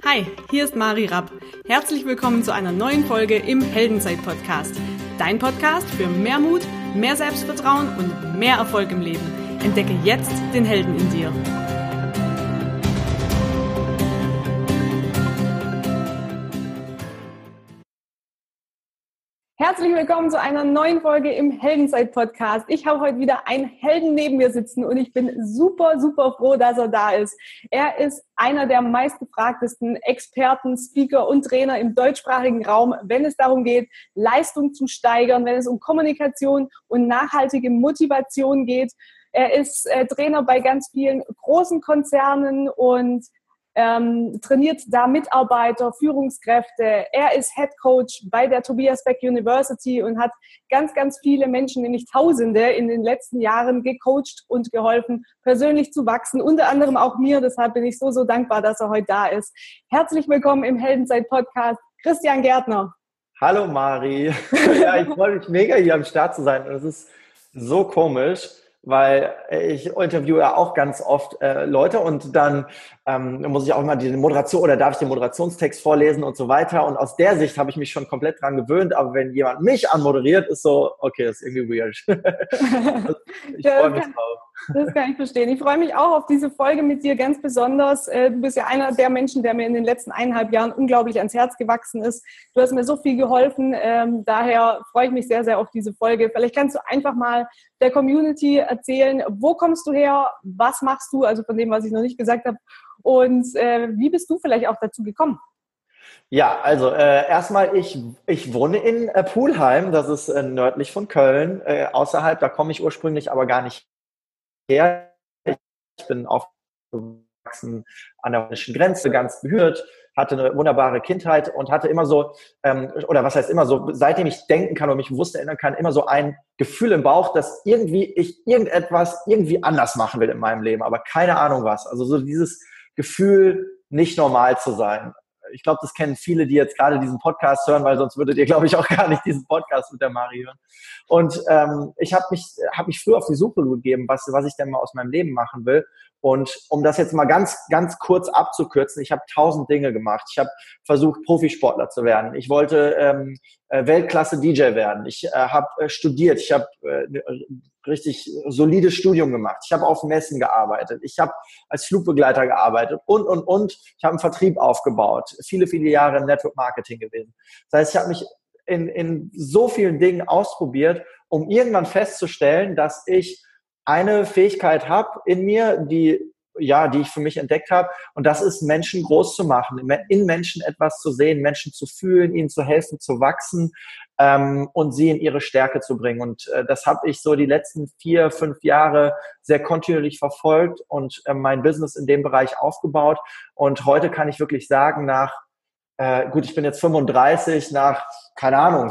Hi, hier ist Mari Rapp. Herzlich willkommen zu einer neuen Folge im Heldenzeit-Podcast. Dein Podcast für mehr Mut, mehr Selbstvertrauen und mehr Erfolg im Leben. Entdecke jetzt den Helden in dir. Herzlich willkommen zu einer neuen Folge im Heldenzeit-Podcast. Ich habe heute wieder einen Helden neben mir sitzen und ich bin super, super froh, dass er da ist. Er ist einer der meistgefragtesten Experten, Speaker und Trainer im deutschsprachigen Raum, wenn es darum geht, Leistung zu steigern, wenn es um Kommunikation und nachhaltige Motivation geht. Er ist Trainer bei ganz vielen großen Konzernen und trainiert da Mitarbeiter, Führungskräfte. Er ist Head Coach bei der Tobias Beck University und hat ganz, ganz viele Menschen, nämlich Tausende, in den letzten Jahren gecoacht und geholfen, persönlich zu wachsen. Unter anderem auch mir. Deshalb bin ich so, so dankbar, dass er heute da ist. Herzlich willkommen im Heldenzeit-Podcast, Christian Gärtner. Hallo Mari. Ja, ich freue mich mega, hier am Start zu sein. Und es ist so komisch, weil ich interviewe ja auch ganz oft Leute und dann muss ich auch mal die Moderation oder darf ich den Moderationstext vorlesen und so weiter. Und aus der Sicht habe ich mich schon komplett dran gewöhnt. Aber wenn jemand mich anmoderiert, ist so, okay, das ist irgendwie weird. Ich freue mich drauf. Das kann ich verstehen. Ich freue mich auch auf diese Folge mit dir ganz besonders. Du bist ja einer der Menschen, der mir in den letzten 1,5 Jahren unglaublich ans Herz gewachsen ist. Du hast mir so viel geholfen. Daher freue ich mich sehr, sehr auf diese Folge. Vielleicht kannst du einfach mal der Community erzählen, wo kommst du her, was machst du, also von dem, was ich noch nicht gesagt habe, und wie bist du vielleicht auch dazu gekommen? Ja, also erstmal, ich wohne in Pulheim, das ist nördlich von Köln, außerhalb, da komme ich ursprünglich aber gar nicht her. Ich bin aufgewachsen an der polnischen Grenze, ganz behütet, hatte eine wunderbare Kindheit und hatte immer so, oder was heißt immer so, seitdem ich denken kann und mich bewusst erinnern kann, immer so ein Gefühl im Bauch, dass irgendwie ich irgendetwas irgendwie anders machen will in meinem Leben, aber keine Ahnung was. Also so dieses Gefühl, nicht normal zu sein. Ich glaube, das kennen viele, die jetzt gerade diesen Podcast hören, weil sonst würdet ihr, glaube ich, auch gar nicht diesen Podcast mit der Mari hören. Und ich habe mich früh auf die Suche gegeben, was ich denn mal aus meinem Leben machen will. Und um das jetzt mal ganz, ganz kurz abzukürzen, ich habe 1000 Dinge gemacht. Ich habe versucht, Profisportler zu werden. Ich wollte Weltklasse-DJ werden. Ich habe studiert. Ich habe richtig solides Studium gemacht. Ich habe auf Messen gearbeitet. Ich habe als Flugbegleiter gearbeitet und. Ich habe einen Vertrieb aufgebaut. Viele, viele Jahre im Network Marketing gewesen. Das heißt, ich habe mich in so vielen Dingen ausprobiert, um irgendwann festzustellen, dass ich eine Fähigkeit habe in mir, die ich für mich entdeckt habe. Und das ist, Menschen groß zu machen, in Menschen etwas zu sehen, Menschen zu fühlen, ihnen zu helfen, zu wachsen und sie in ihre Stärke zu bringen. Und das habe ich so die letzten 4, 5 Jahre sehr kontinuierlich verfolgt und mein Business in dem Bereich aufgebaut. Und heute kann ich wirklich sagen, ich bin jetzt 35, nach, keine Ahnung,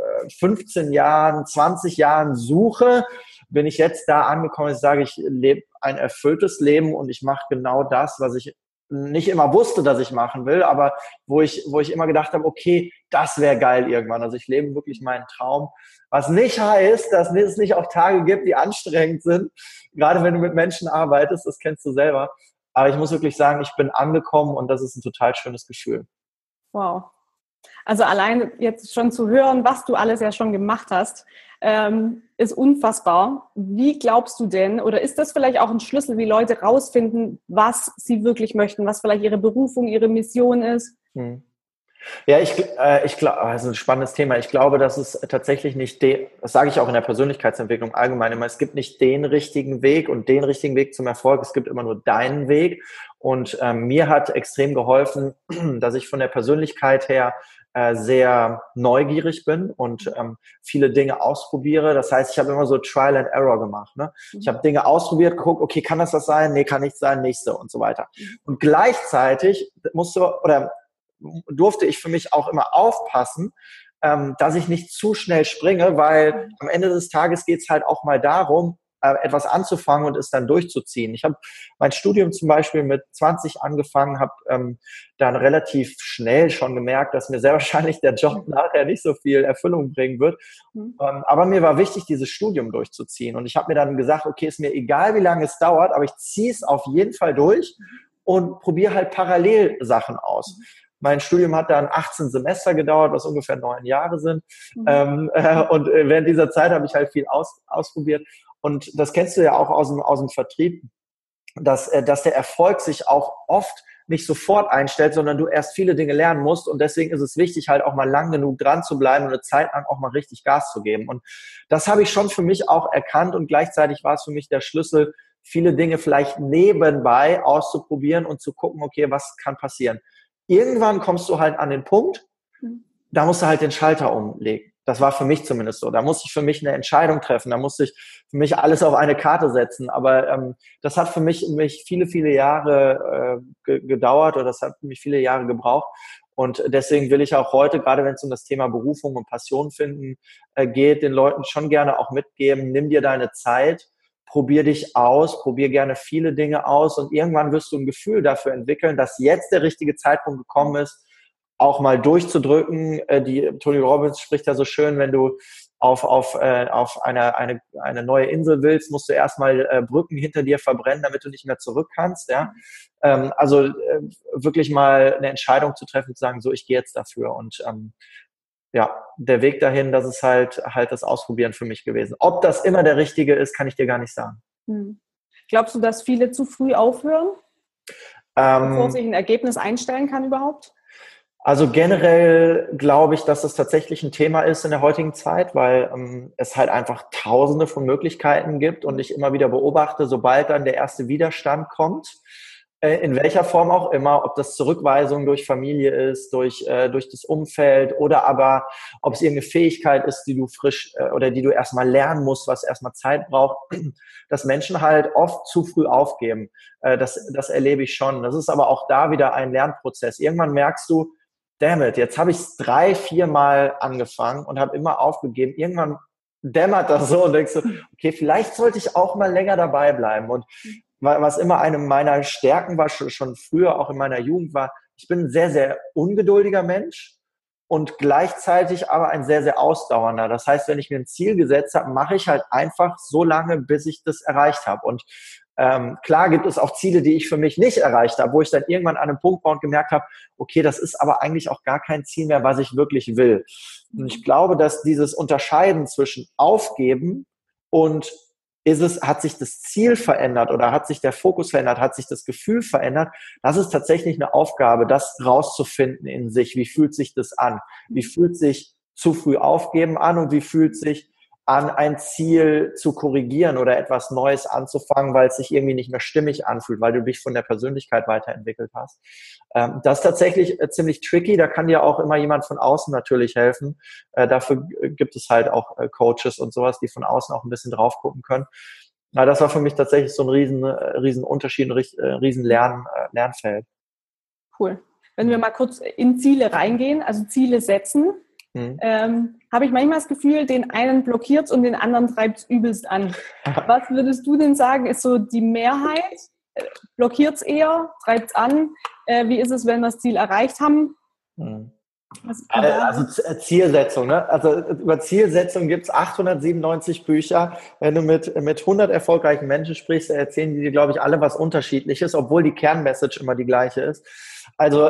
15 Jahren, 20 Jahren Suche, bin ich jetzt da angekommen, dass ich sage, ich lebe ein erfülltes Leben und ich mache genau das, was ich nicht immer wusste, dass ich machen will, aber wo ich immer gedacht habe, okay, das wäre geil irgendwann. Also ich lebe wirklich meinen Traum. Was nicht heißt, dass es nicht auch Tage gibt, die anstrengend sind, gerade wenn du mit Menschen arbeitest, das kennst du selber. Aber ich muss wirklich sagen, ich bin angekommen und das ist ein total schönes Gefühl. Wow. Also allein jetzt schon zu hören, was du alles ja schon gemacht hast, ist unfassbar. Wie glaubst du denn, oder ist das vielleicht auch ein Schlüssel, wie Leute rausfinden, was sie wirklich möchten, was vielleicht ihre Berufung, ihre Mission ist? Ja, ich glaube, also ein spannendes Thema. Ich glaube, dass es tatsächlich nicht das sage ich auch in der Persönlichkeitsentwicklung allgemein immer, es gibt nicht den richtigen Weg und den richtigen Weg zum Erfolg. Es gibt immer nur deinen Weg. Und mir hat extrem geholfen, dass ich von der Persönlichkeit her sehr neugierig bin und viele Dinge ausprobiere. Das heißt, ich habe immer so Trial and Error gemacht. Ne? Ich habe Dinge ausprobiert, geguckt, okay, kann das sein? Nee, kann nicht sein, nächste und so weiter. Und gleichzeitig durfte ich für mich auch immer aufpassen, dass ich nicht zu schnell springe, weil am Ende des Tages geht es halt auch mal darum, etwas anzufangen und es dann durchzuziehen. Ich habe mein Studium zum Beispiel mit 20 angefangen, habe dann relativ schnell schon gemerkt, dass mir sehr wahrscheinlich der Job nachher nicht so viel Erfüllung bringen wird. Aber mir war wichtig, dieses Studium durchzuziehen. Und ich habe mir dann gesagt, okay, ist mir egal, wie lange es dauert, aber ich ziehe es auf jeden Fall durch. und probiere halt parallel Sachen aus. Mein Studium hat dann 18 Semester gedauert, was ungefähr 9 Jahre sind. Und während dieser Zeit habe ich halt viel ausprobiert. Und das kennst du ja auch aus dem Vertrieb, dass der Erfolg sich auch oft nicht sofort einstellt, sondern du erst viele Dinge lernen musst. Und deswegen ist es wichtig, halt auch mal lang genug dran zu bleiben und eine Zeit lang auch mal richtig Gas zu geben. Und das habe ich schon für mich auch erkannt. Und gleichzeitig war es für mich der Schlüssel, viele Dinge vielleicht nebenbei auszuprobieren und zu gucken, okay, was kann passieren. Irgendwann kommst du halt an den Punkt, da musst du halt den Schalter umlegen. Das war für mich zumindest so. Da musste ich für mich eine Entscheidung treffen. Da musste ich für mich alles auf eine Karte setzen. Aber das hat für mich viele, viele Jahre gedauert oder das hat für mich viele Jahre gebraucht. Und deswegen will ich auch heute, gerade wenn es um das Thema Berufung und Passion finden geht, den Leuten schon gerne auch mitgeben, nimm dir deine Zeit, probier dich aus, probier gerne viele Dinge aus und irgendwann wirst du ein Gefühl dafür entwickeln, dass jetzt der richtige Zeitpunkt gekommen ist, auch mal durchzudrücken. Tony Robbins spricht ja so schön, wenn du auf eine neue Insel willst, musst du erstmal Brücken hinter dir verbrennen, damit du nicht mehr zurück kannst. Ja? Also wirklich mal eine Entscheidung zu treffen, zu sagen, so, ich gehe jetzt dafür. Und ja, der Weg dahin, das ist halt das Ausprobieren für mich gewesen. Ob das immer der richtige ist, kann ich dir gar nicht sagen. Glaubst du, dass viele zu früh aufhören, bevor sich ein Ergebnis einstellen kann überhaupt? Also generell glaube ich, dass es tatsächlich ein Thema ist in der heutigen Zeit, weil es halt einfach tausende von Möglichkeiten gibt und ich immer wieder beobachte, sobald dann der erste Widerstand kommt, in welcher Form auch immer, ob das Zurückweisung durch Familie ist, durch das Umfeld oder aber ob es irgendeine Fähigkeit ist, die du oder die du erstmal lernen musst, was erstmal Zeit braucht, dass Menschen halt oft zu früh aufgeben. Das erlebe ich schon. Das ist aber auch da wieder ein Lernprozess. Irgendwann merkst du, damn it, jetzt habe ich es 3-4 Mal angefangen und habe immer aufgegeben. Irgendwann dämmert das so und denkst du, okay, vielleicht sollte ich auch mal länger dabei bleiben. Und was immer eine meiner Stärken war, schon früher, auch in meiner Jugend war, ich bin ein sehr, sehr ungeduldiger Mensch und gleichzeitig aber ein sehr, sehr ausdauernder. Das heißt, wenn ich mir ein Ziel gesetzt habe, mache ich halt einfach so lange, bis ich das erreicht habe. Und klar gibt es auch Ziele, die ich für mich nicht erreicht habe, wo ich dann irgendwann an einem Punkt war und gemerkt habe, okay, das ist aber eigentlich auch gar kein Ziel mehr, was ich wirklich will. Und ich glaube, dass dieses Unterscheiden zwischen Aufgeben und hat sich das Ziel verändert oder hat sich der Fokus verändert, hat sich das Gefühl verändert, das ist tatsächlich eine Aufgabe, das rauszufinden in sich. Wie fühlt sich das an? Wie fühlt sich zu früh aufgeben an und wie fühlt sich an, ein Ziel zu korrigieren oder etwas Neues anzufangen, weil es sich irgendwie nicht mehr stimmig anfühlt, weil du dich von der Persönlichkeit weiterentwickelt hast. Das ist tatsächlich ziemlich tricky. Da kann dir auch immer jemand von außen natürlich helfen. Dafür gibt es halt auch Coaches und sowas, die von außen auch ein bisschen drauf gucken können. Na, das war für mich tatsächlich so ein riesen Unterschied, ein riesen Lernfeld. Cool. Wenn wir mal kurz in Ziele reingehen, also Ziele setzen, habe ich manchmal das Gefühl, den einen blockiert es und den anderen treibt es übelst an. Was würdest du denn sagen, ist so die Mehrheit? Blockiert es eher, treibt es an? Wie ist es, wenn wir das Ziel erreicht haben? Also Zielsetzung, ne? Also über Zielsetzung gibt es 897 Bücher. Wenn du mit 100 erfolgreichen Menschen sprichst, erzählen die dir, glaube ich, alle was Unterschiedliches, obwohl die Kernmessage immer die gleiche ist. Also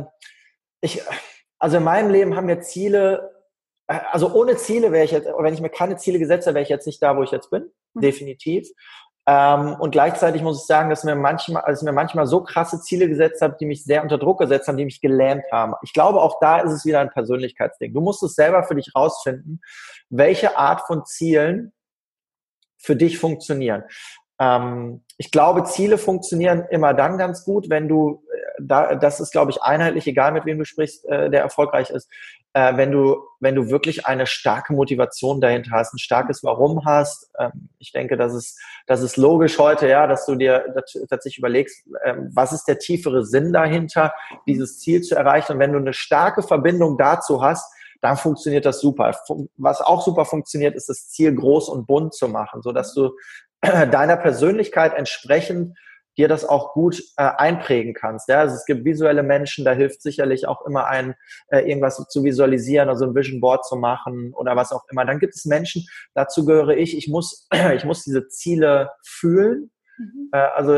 in meinem Leben haben wir Ziele, also ohne Ziele wäre ich jetzt, wenn ich mir keine Ziele gesetzt hätte, wäre ich jetzt nicht da, wo ich jetzt bin, definitiv. Und gleichzeitig muss ich sagen, dass ich mir manchmal so krasse Ziele gesetzt habe, die mich sehr unter Druck gesetzt haben, die mich gelähmt haben. Ich glaube, auch da ist es wieder ein Persönlichkeitsding. Du musst es selber für dich rausfinden, welche Art von Zielen für dich funktionieren. Ich glaube, Ziele funktionieren immer dann ganz gut, wenn du, das ist, glaube ich, einheitlich, egal mit wem du sprichst, der erfolgreich ist, wenn du wirklich eine starke Motivation dahinter hast, ein starkes Warum hast. Ich denke, das ist logisch heute, ja, dass du dir tatsächlich überlegst, was ist der tiefere Sinn dahinter, dieses Ziel zu erreichen. Und wenn du eine starke Verbindung dazu hast, dann funktioniert das super. Was auch super funktioniert, ist das Ziel groß und bunt zu machen, sodass du deiner Persönlichkeit entsprechend dir das auch gut einprägen kannst. Ja? Also es gibt visuelle Menschen, da hilft sicherlich auch immer irgendwas zu visualisieren, also ein Vision Board zu machen oder was auch immer. Dann gibt es Menschen, dazu gehöre ich muss diese Ziele fühlen Also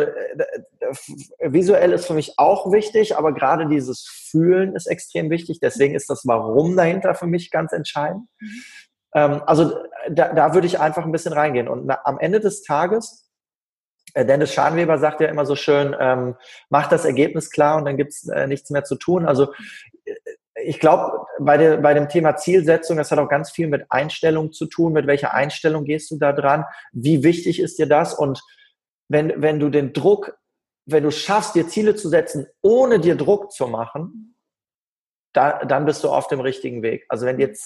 visuell ist für mich auch wichtig, aber gerade dieses Fühlen ist extrem wichtig. Deswegen ist das Warum dahinter für mich ganz entscheidend. Also da würde ich einfach ein bisschen reingehen. Und am Ende des Tages, Dennis Scharnweber sagt ja immer so schön, mach das Ergebnis klar und dann gibt's nichts mehr zu tun. Also ich glaube, bei dem Thema Zielsetzung, das hat auch ganz viel mit Einstellung zu tun. Mit welcher Einstellung gehst du da dran? Wie wichtig ist dir das? Und wenn du den Druck, wenn du schaffst, dir Ziele zu setzen, ohne dir Druck zu machen, dann bist du auf dem richtigen Weg. Also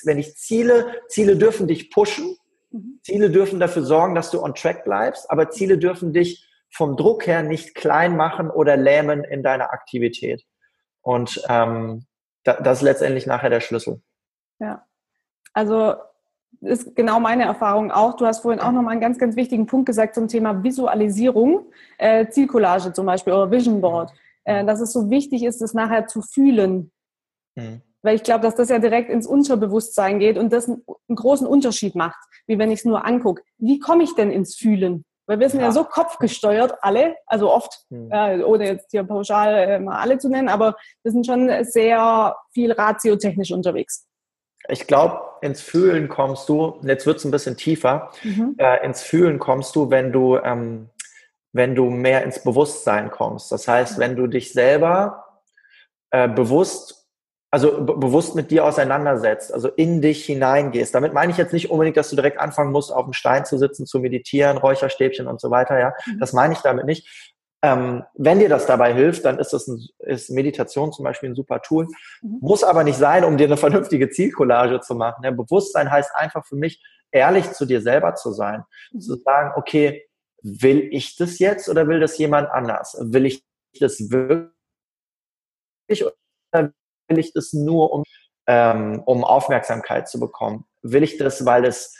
Ziele dürfen dich pushen, Ziele dürfen dafür sorgen, dass du on track bleibst, aber Ziele dürfen dich vom Druck her nicht klein machen oder lähmen in deiner Aktivität. Und das ist letztendlich nachher der Schlüssel. Ja, also ist genau meine Erfahrung auch. Du hast vorhin auch nochmal einen ganz, ganz wichtigen Punkt gesagt zum Thema Visualisierung, Zielcollage zum Beispiel oder Vision Board, dass es so wichtig ist, das nachher zu fühlen. Weil ich glaube, dass das ja direkt ins Unterbewusstsein geht und das einen großen Unterschied macht, wie wenn ich es nur angucke. Wie komme ich denn ins Fühlen? Weil wir sind ja so kopfgesteuert, alle, also oft, ohne jetzt hier pauschal mal alle zu nennen, aber wir sind schon sehr viel ratiotechnisch unterwegs. Ich glaube, ins Fühlen kommst du, jetzt wird es ein bisschen tiefer, ins Fühlen kommst du, wenn du mehr ins Bewusstsein kommst. Das heißt, wenn du dich selber bewusst mit dir auseinandersetzt, also in dich hineingehst. Damit meine ich jetzt nicht unbedingt, dass du direkt anfangen musst, auf dem Stein zu sitzen, zu meditieren, Räucherstäbchen und so weiter, ja. Das meine ich damit nicht. Wenn dir das dabei hilft, dann ist Meditation zum Beispiel ein super Tool. Muss aber nicht sein, um dir eine vernünftige Zielcollage zu machen. Ja, Bewusstsein heißt einfach für mich, ehrlich zu dir selber zu sein. Zu sagen, okay, will ich das jetzt oder will das jemand anders? Will ich das wirklich oder will ich das nur, um Aufmerksamkeit zu bekommen? Will ich das, weil es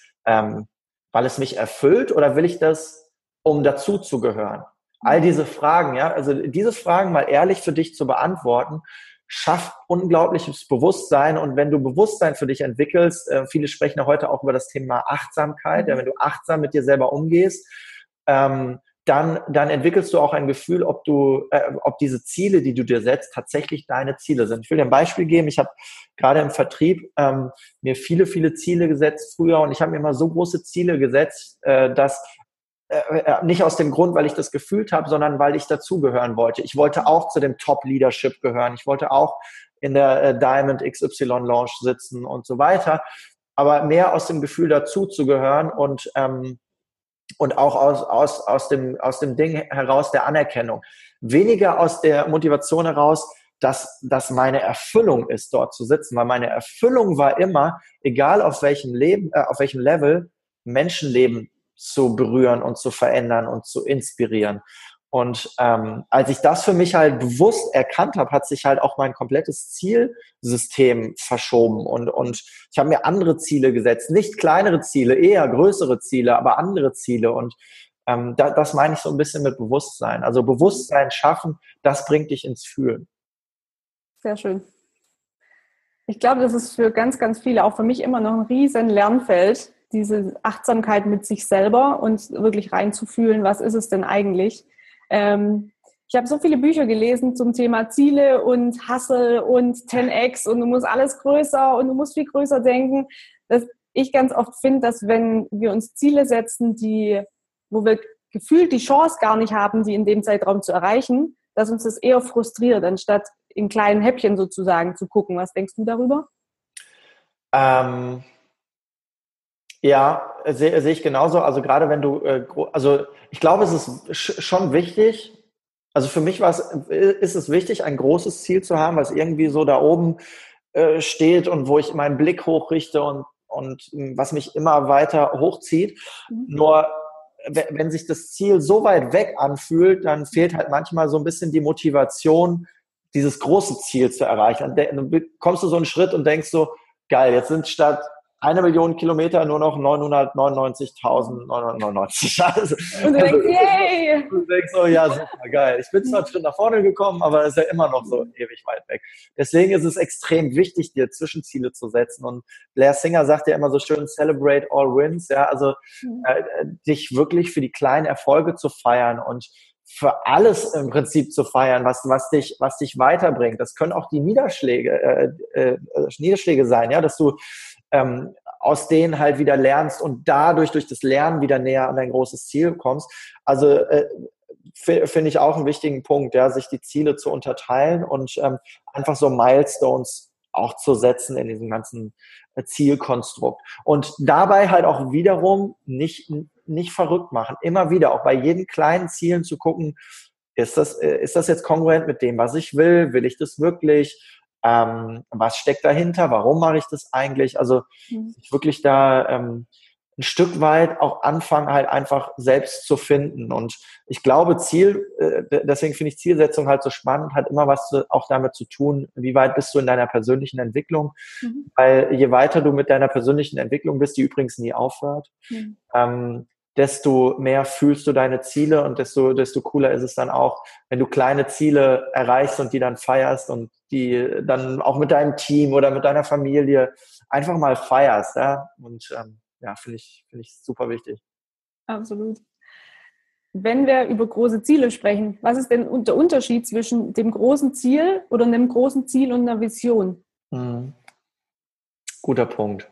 mich erfüllt oder will ich das, um dazu zu gehören? All diese Fragen, ja, also diese Fragen mal ehrlich für dich zu beantworten, schafft unglaubliches Bewusstsein. Und wenn du Bewusstsein für dich entwickelst, viele sprechen ja heute auch über das Thema Achtsamkeit, ja, wenn du achtsam mit dir selber umgehst, dann entwickelst du auch ein Gefühl, ob diese Ziele, die du dir setzt, tatsächlich deine Ziele sind. Ich will dir ein Beispiel geben. Ich habe gerade im Vertrieb mir viele, viele Ziele gesetzt früher und ich habe mir immer so große Ziele gesetzt, dass nicht aus dem Grund, weil ich das gefühlt habe, sondern weil ich dazugehören wollte. Ich wollte auch zu dem Top-Leadership gehören. Ich wollte auch in der Diamond XY Lounge sitzen und so weiter. Aber mehr aus dem Gefühl dazuzugehören und auch aus dem Ding heraus der Anerkennung. Weniger aus der Motivation heraus, dass meine Erfüllung ist, dort zu sitzen. Weil meine Erfüllung war immer, egal auf welchem Level, Menschenleben zu berühren und zu verändern und zu inspirieren. Und als ich das für mich halt bewusst erkannt habe, hat sich halt auch mein komplettes Zielsystem verschoben und ich habe mir andere Ziele gesetzt, nicht kleinere Ziele, eher größere Ziele, aber andere Ziele und das meine ich so ein bisschen mit Bewusstsein. Also Bewusstsein schaffen, das bringt dich ins Fühlen. Sehr schön. Ich glaube, das ist für ganz, ganz viele, auch für mich immer noch ein riesen Lernfeld, diese Achtsamkeit mit sich selber und wirklich reinzufühlen, was ist es denn eigentlich? Ich habe so viele Bücher gelesen zum Thema Ziele und Hustle und 10x und du musst alles größer und du musst viel größer denken. Dass ich ganz oft finde, dass wenn wir uns Ziele setzen, wo wir gefühlt die Chance gar nicht haben, die in dem Zeitraum zu erreichen, dass uns das eher frustriert, anstatt in kleinen Häppchen sozusagen zu gucken. Was denkst du darüber? Ja, sehe ich genauso. Also gerade wenn du, ich glaube, es ist schon wichtig. Also für mich ist es wichtig, ein großes Ziel zu haben, was irgendwie so da oben steht und wo ich meinen Blick hochrichte und was mich immer weiter hochzieht. Nur wenn sich das Ziel so weit weg anfühlt, dann fehlt halt manchmal so ein bisschen die Motivation, dieses große Ziel zu erreichen. Dann kommst du so einen Schritt und denkst so, geil, jetzt sind statt 1 Million Kilometer nur noch 999.999. Also, Und du denkst, yay! du denkst so, ja, super geil. Ich bin zwar schon nach vorne gekommen, aber es ist ja immer noch so ewig weit weg. Deswegen ist es extrem wichtig, dir Zwischenziele zu setzen. Und Blair Singer sagt ja immer so schön, celebrate all wins. Ja, also dich wirklich für die kleinen Erfolge zu feiern und für alles im Prinzip zu feiern, was dich weiterbringt. Das können auch die Niederschläge sein, ja, dass du aus denen halt wieder lernst und dadurch durch das Lernen wieder näher an dein großes Ziel kommst. Also finde ich auch einen wichtigen Punkt, ja, sich die Ziele zu unterteilen und einfach so Milestones auch zu setzen in diesem ganzen Zielkonstrukt. Und dabei halt auch wiederum nicht verrückt machen. Immer wieder, auch bei jeden kleinen Zielen zu gucken, ist das jetzt kongruent mit dem, was ich will? Will ich das wirklich? Was steckt dahinter? Warum mache ich das eigentlich? Also ich wirklich da ein Stück weit auch anfangen, halt einfach selbst zu finden. Und ich glaube, deswegen finde ich Zielsetzung halt so spannend, hat immer was auch damit zu tun, wie weit bist du in deiner persönlichen Entwicklung. Weil je weiter du mit deiner persönlichen Entwicklung bist, die übrigens nie aufhört, desto mehr fühlst du deine Ziele und desto cooler ist es dann auch, wenn du kleine Ziele erreichst und die dann feierst und die dann auch mit deinem Team oder mit deiner Familie einfach mal feierst. Ja? Und finde ich super wichtig. Absolut. Wenn wir über große Ziele sprechen, was ist denn der Unterschied zwischen dem großen Ziel oder einem großen Ziel und einer Vision? Guter Punkt.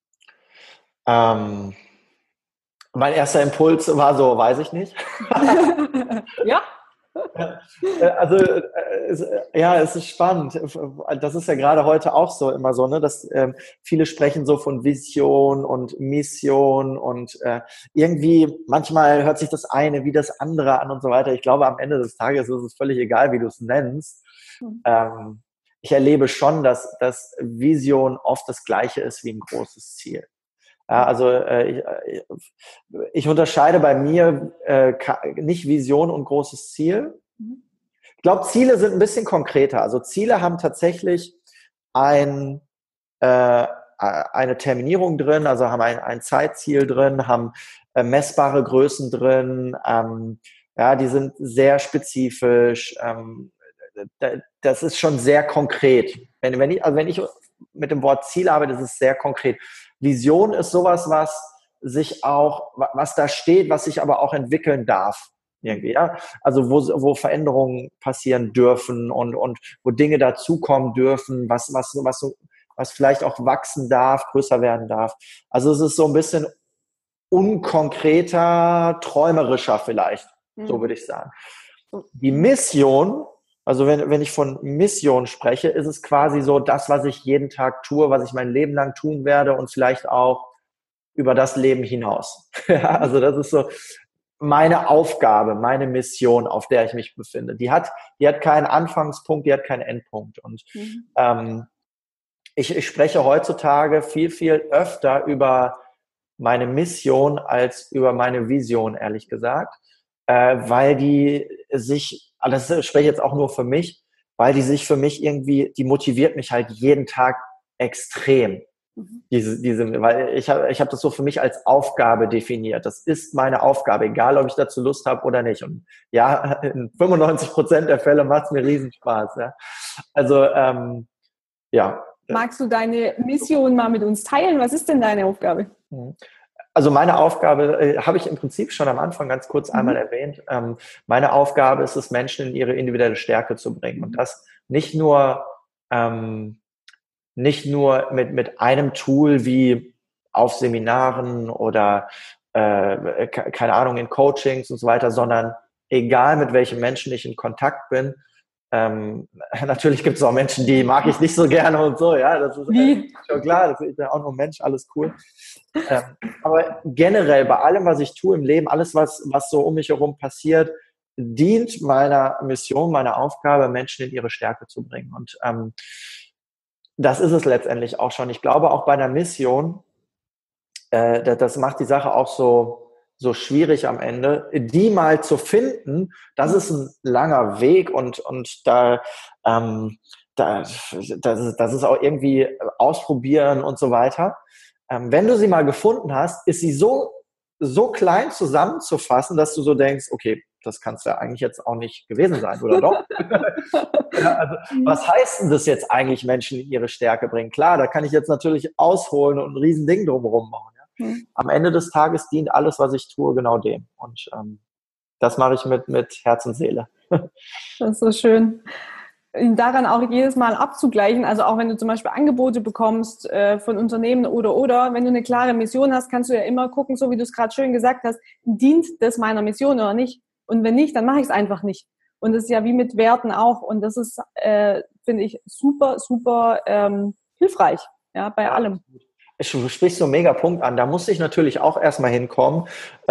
Mein erster Impuls war so, weiß ich nicht. Ja. Also, es ist spannend. Das ist ja gerade heute auch so immer so, ne, dass viele sprechen so von Vision und Mission und irgendwie manchmal hört sich das eine wie das andere an und so weiter. Ich glaube, am Ende des Tages ist es völlig egal, wie du es nennst. Ich erlebe schon, dass Vision oft das Gleiche ist wie ein großes Ziel. Ja, also ich unterscheide bei mir nicht Vision und großes Ziel. Ich glaube, Ziele sind ein bisschen konkreter. Also Ziele haben tatsächlich eine Terminierung drin, also haben ein Zeitziel drin, haben messbare Größen drin. Die sind sehr spezifisch. Das ist schon sehr konkret. Wenn ich mit dem Wort Ziel arbeite, das ist sehr konkret. Vision ist sowas, was da steht, was sich aber auch entwickeln darf. Irgendwie, ja? Also wo Veränderungen passieren dürfen und wo Dinge dazukommen dürfen, was vielleicht auch wachsen darf, größer werden darf. Also es ist so ein bisschen unkonkreter, träumerischer vielleicht, so würde ich sagen. Die Mission, also wenn ich von Mission spreche, ist es quasi so das, was ich jeden Tag tue, was ich mein Leben lang tun werde und vielleicht auch über das Leben hinaus. Also das ist so meine Aufgabe, meine Mission, auf der ich mich befinde. Die hat keinen Anfangspunkt, die hat keinen Endpunkt. Und ich spreche heutzutage viel, viel öfter über meine Mission als über meine Vision, ehrlich gesagt, weil das spreche ich jetzt auch nur für mich, weil die sich für mich irgendwie, die motiviert mich halt jeden Tag extrem. Weil ich hab das so für mich als Aufgabe definiert. Das ist meine Aufgabe, egal ob ich dazu Lust habe oder nicht. Und ja, in 95% der Fälle macht es mir riesen Spaß. Ja. Also, ja. Magst du deine Mission mal mit uns teilen? Was ist denn deine Aufgabe? Also meine Aufgabe habe ich im Prinzip schon am Anfang ganz kurz einmal erwähnt. Meine Aufgabe ist es, Menschen in ihre individuelle Stärke zu bringen. Und das nicht nur mit einem Tool wie auf Seminaren oder keine Ahnung, in Coachings und so weiter, sondern egal mit welchen Menschen ich in Kontakt bin. Natürlich gibt es auch Menschen, die mag ich nicht so gerne und so, ja, das ist schon klar, das ist ja auch nur ein Mensch, alles cool. Aber generell bei allem, was ich tue im Leben, alles, was so um mich herum passiert, dient meiner Mission, meiner Aufgabe, Menschen in ihre Stärke zu bringen. Und das ist es letztendlich auch schon. Ich glaube, auch bei einer Mission, das macht die Sache auch so schwierig am Ende, die mal zu finden, das ist ein langer Weg und das ist auch irgendwie ausprobieren und so weiter. Wenn du sie mal gefunden hast, ist sie so klein zusammenzufassen, dass du so denkst, okay, das kann es ja eigentlich jetzt auch nicht gewesen sein, oder doch? Ja, also, was heißt denn das jetzt eigentlich, Menschen in ihre Stärke bringen? Klar, da kann ich jetzt natürlich ausholen und ein Riesending drumherum bauen. Ja? Am Ende des Tages dient alles, was ich tue, genau dem. Und das mache ich mit Herz und Seele. Das ist so schön. Daran auch jedes Mal abzugleichen, also auch wenn du zum Beispiel Angebote bekommst von Unternehmen oder, wenn du eine klare Mission hast, kannst du ja immer gucken, so wie du es gerade schön gesagt hast, dient das meiner Mission oder nicht? Und wenn nicht, dann mache ich es einfach nicht. Und das ist ja wie mit Werten auch. Und das ist, finde ich, super, super hilfreich, ja, bei allem. Du sprichst so einen Megapunkt an. Da musste ich natürlich auch erstmal hinkommen,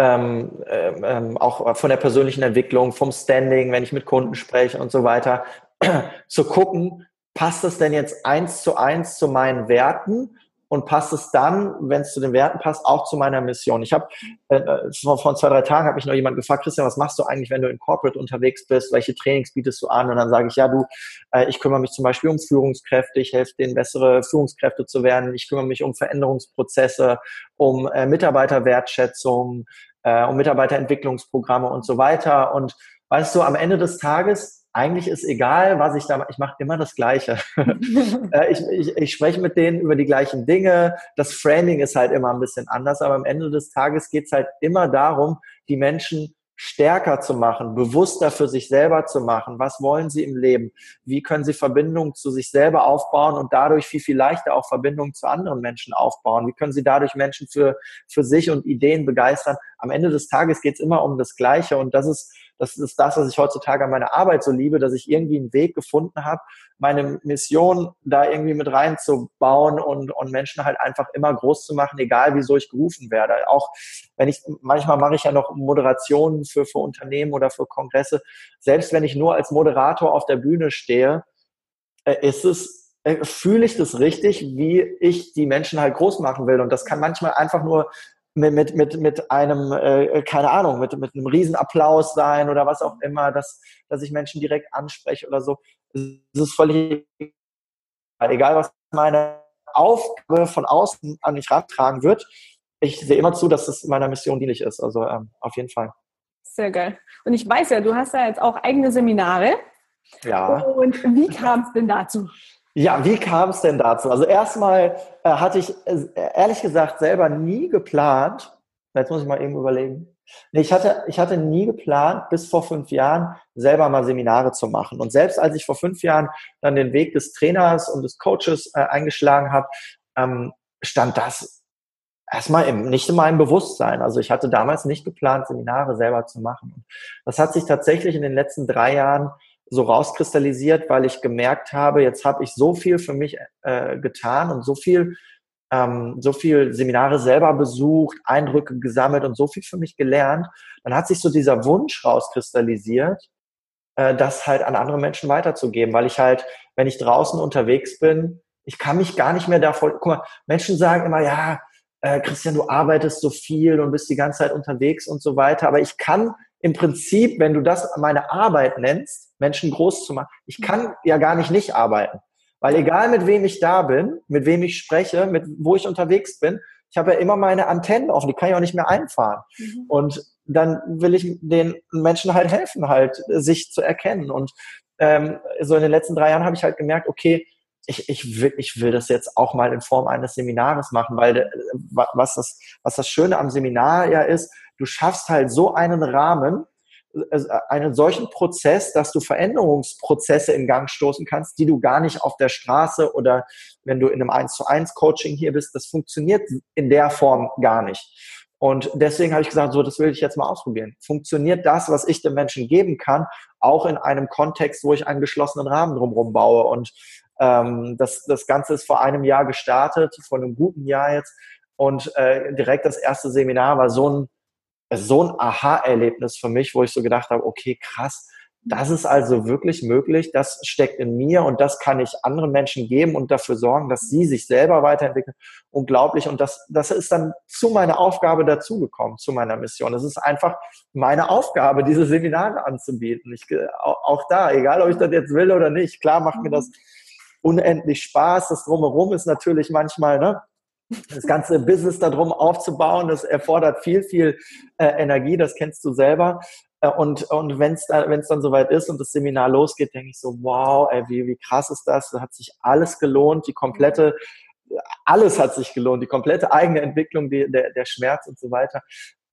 auch von der persönlichen Entwicklung, vom Standing, wenn ich mit Kunden spreche und so weiter, zu gucken, passt es denn jetzt 1:1 zu meinen Werten und passt es dann, wenn es zu den Werten passt, auch zu meiner Mission. Ich habe vor 2-3 Tagen hat mich noch jemand gefragt, Christian, was machst du eigentlich, wenn du in Corporate unterwegs bist? Welche Trainings bietest du an? Und dann sage ich, ja du, ich kümmere mich zum Beispiel um Führungskräfte, ich helfe denen, bessere Führungskräfte zu werden, ich kümmere mich um Veränderungsprozesse, um Mitarbeiterwertschätzung, um Mitarbeiterentwicklungsprogramme und so weiter. Und weißt du, am Ende des Tages, eigentlich ist egal, was ich da mache, ich mache immer das Gleiche. Ich spreche mit denen über die gleichen Dinge. Das Framing ist halt immer ein bisschen anders, aber am Ende des Tages geht es halt immer darum, die Menschen stärker zu machen, bewusster für sich selber zu machen. Was wollen sie im Leben? Wie können sie Verbindungen zu sich selber aufbauen und dadurch viel, viel leichter auch Verbindungen zu anderen Menschen aufbauen? Wie können sie dadurch Menschen für sich und Ideen begeistern? Am Ende des Tages geht es immer um das Gleiche und das ist das, was ich heutzutage an meiner Arbeit so liebe, dass ich irgendwie einen Weg gefunden habe, meine Mission da irgendwie mit reinzubauen und Menschen halt einfach immer groß zu machen, egal wieso ich gerufen werde. Auch wenn manchmal mache ich ja noch Moderationen für Unternehmen oder für Kongresse. Selbst wenn ich nur als Moderator auf der Bühne stehe, fühle ich das richtig, wie ich die Menschen halt groß machen will. Und das kann manchmal einfach nur mit einem, keine Ahnung, mit einem Riesenapplaus sein oder was auch immer, dass ich Menschen direkt anspreche oder so. Es ist völlig egal, was meine Aufgabe von außen an mich rantragen wird. Ich sehe immer zu, dass es meiner Mission dienlich ist. Also auf jeden Fall. Sehr geil. Und ich weiß ja, du hast ja jetzt auch eigene Seminare. Ja. Und wie kam es denn dazu? Ja, wie kam es denn dazu? Also erstmal hatte ich ehrlich gesagt selber nie geplant, jetzt muss ich mal eben überlegen, nee, ich hatte nie geplant, bis vor 5 Jahren selber mal Seminare zu machen. Und selbst als ich vor 5 Jahren dann den Weg des Trainers und des Coaches eingeschlagen habe, stand das erstmal nicht in meinem Bewusstsein. Also ich hatte damals nicht geplant, Seminare selber zu machen. Und das hat sich tatsächlich in den letzten 3 Jahren so rauskristallisiert, weil ich gemerkt habe, jetzt habe ich so viel für mich getan und so viel Seminare selber besucht, Eindrücke gesammelt und so viel für mich gelernt. Dann hat sich so dieser Wunsch rauskristallisiert, das halt an andere Menschen weiterzugeben, weil ich halt, wenn ich draußen unterwegs bin, ich kann mich gar nicht mehr davon, guck mal, Menschen sagen immer, ja, Christian, du arbeitest so viel und bist die ganze Zeit unterwegs und so weiter, aber ich kann im Prinzip, wenn du das meine Arbeit nennst, Menschen groß zu machen, ich kann ja gar nicht arbeiten. Weil egal mit wem ich da bin, mit wem ich spreche, wo ich unterwegs bin, ich habe ja immer meine Antennen offen, die kann ich auch nicht mehr einfahren. Und dann will ich den Menschen halt helfen, halt sich zu erkennen. Und so in den letzten 3 Jahren habe ich halt gemerkt, okay, ich will das jetzt auch mal in Form eines Seminares machen, weil was das Schöne am Seminar ja ist, du schaffst halt so einen Rahmen, einen solchen Prozess, dass du Veränderungsprozesse in Gang stoßen kannst, die du gar nicht auf der Straße oder wenn du in einem 1:1 Coaching hier bist, das funktioniert in der Form gar nicht. Und deswegen habe ich gesagt, so, das will ich jetzt mal ausprobieren. Funktioniert das, was ich den Menschen geben kann, auch in einem Kontext, wo ich einen geschlossenen Rahmen drumherum baue? Und das Ganze ist vor einem Jahr gestartet, vor einem guten Jahr jetzt. Und direkt das erste Seminar war so ein Aha-Erlebnis für mich, wo ich so gedacht habe, okay, krass, das ist also wirklich möglich, das steckt in mir und das kann ich anderen Menschen geben und dafür sorgen, dass sie sich selber weiterentwickeln. Unglaublich. Und das ist dann zu meiner Aufgabe dazugekommen, zu meiner Mission. Es ist einfach meine Aufgabe, diese Seminare anzubieten. Auch da, egal ob ich das jetzt will oder nicht, klar macht mir das unendlich Spaß. Das Drumherum ist natürlich manchmal, ne? das ganze Business darum aufzubauen, das erfordert viel, viel Energie, das kennst du selber. Und wenn es dann soweit ist und das Seminar losgeht, denke ich so, wow, ey, wie krass ist das? Da hat sich alles gelohnt, alles hat sich gelohnt, die komplette eigene Entwicklung, der Schmerz und so weiter.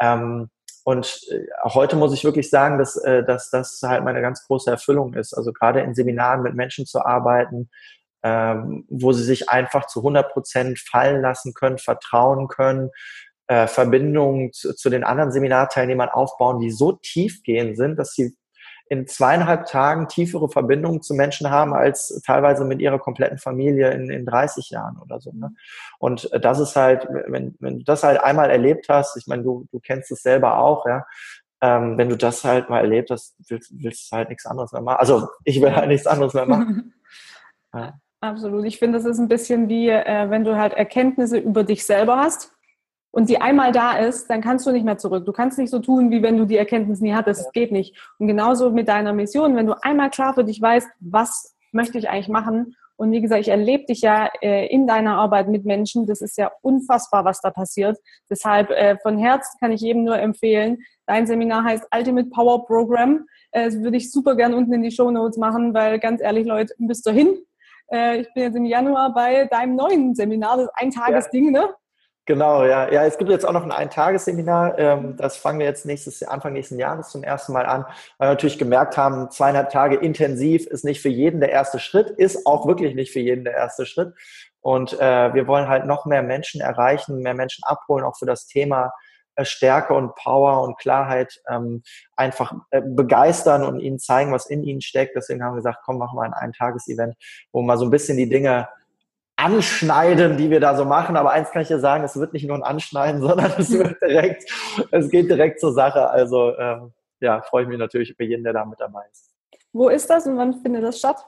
Und heute muss ich wirklich sagen, dass das halt meine ganz große Erfüllung ist. Also gerade in Seminaren mit Menschen zu arbeiten, wo sie sich einfach zu 100% fallen lassen können, vertrauen können, Verbindungen zu den anderen Seminarteilnehmern aufbauen, die so tiefgehend sind, dass sie in 2,5 Tagen tiefere Verbindungen zu Menschen haben als teilweise mit ihrer kompletten Familie in 30 Jahren oder so. Ne? Und das ist halt, wenn du das halt einmal erlebt hast, ich meine, du kennst es selber auch, ja, wenn du das halt mal erlebt hast, willst du halt nichts anderes mehr machen. Also ich will halt nichts anderes mehr machen. Ja. Absolut. Ich finde, das ist ein bisschen wie, wenn du halt Erkenntnisse über dich selber hast und die einmal da ist, dann kannst du nicht mehr zurück. Du kannst nicht so tun, wie wenn du die Erkenntnis nie hattest. Das geht nicht. Und genauso mit deiner Mission, wenn du einmal klar für dich weißt, was möchte ich eigentlich machen. Und wie gesagt, ich erlebe dich ja in deiner Arbeit mit Menschen. Das ist ja unfassbar, was da passiert. Deshalb von Herzen kann ich jedem nur empfehlen. Dein Seminar heißt Ultimate Power Program. Das würde ich super gern unten in die Shownotes machen, weil ganz ehrlich, Leute, bis dahin. Ich bin jetzt im Januar bei deinem neuen Seminar, das Eintagesding, ne? Genau, ja. Ja, es gibt jetzt auch noch ein Eintagesseminar. Das fangen wir jetzt Anfang nächsten Jahres zum ersten Mal an, weil wir natürlich gemerkt haben, 2,5 Tage intensiv ist nicht für jeden der erste Schritt, ist auch wirklich nicht für jeden der erste Schritt. Und wir wollen halt noch mehr Menschen erreichen, mehr Menschen abholen, auch für das Thema Stärke und Power und Klarheit einfach begeistern und ihnen zeigen, was in ihnen steckt. Deswegen haben wir gesagt, komm, machen wir ein Eintages-Event, wo wir mal so ein bisschen die Dinge anschneiden, die wir da so machen. Aber eins kann ich dir sagen, es wird nicht nur ein Anschneiden, sondern es geht direkt zur Sache. Also freue ich mich natürlich über jeden, der da mit dabei ist. Wo ist das und wann findet das statt?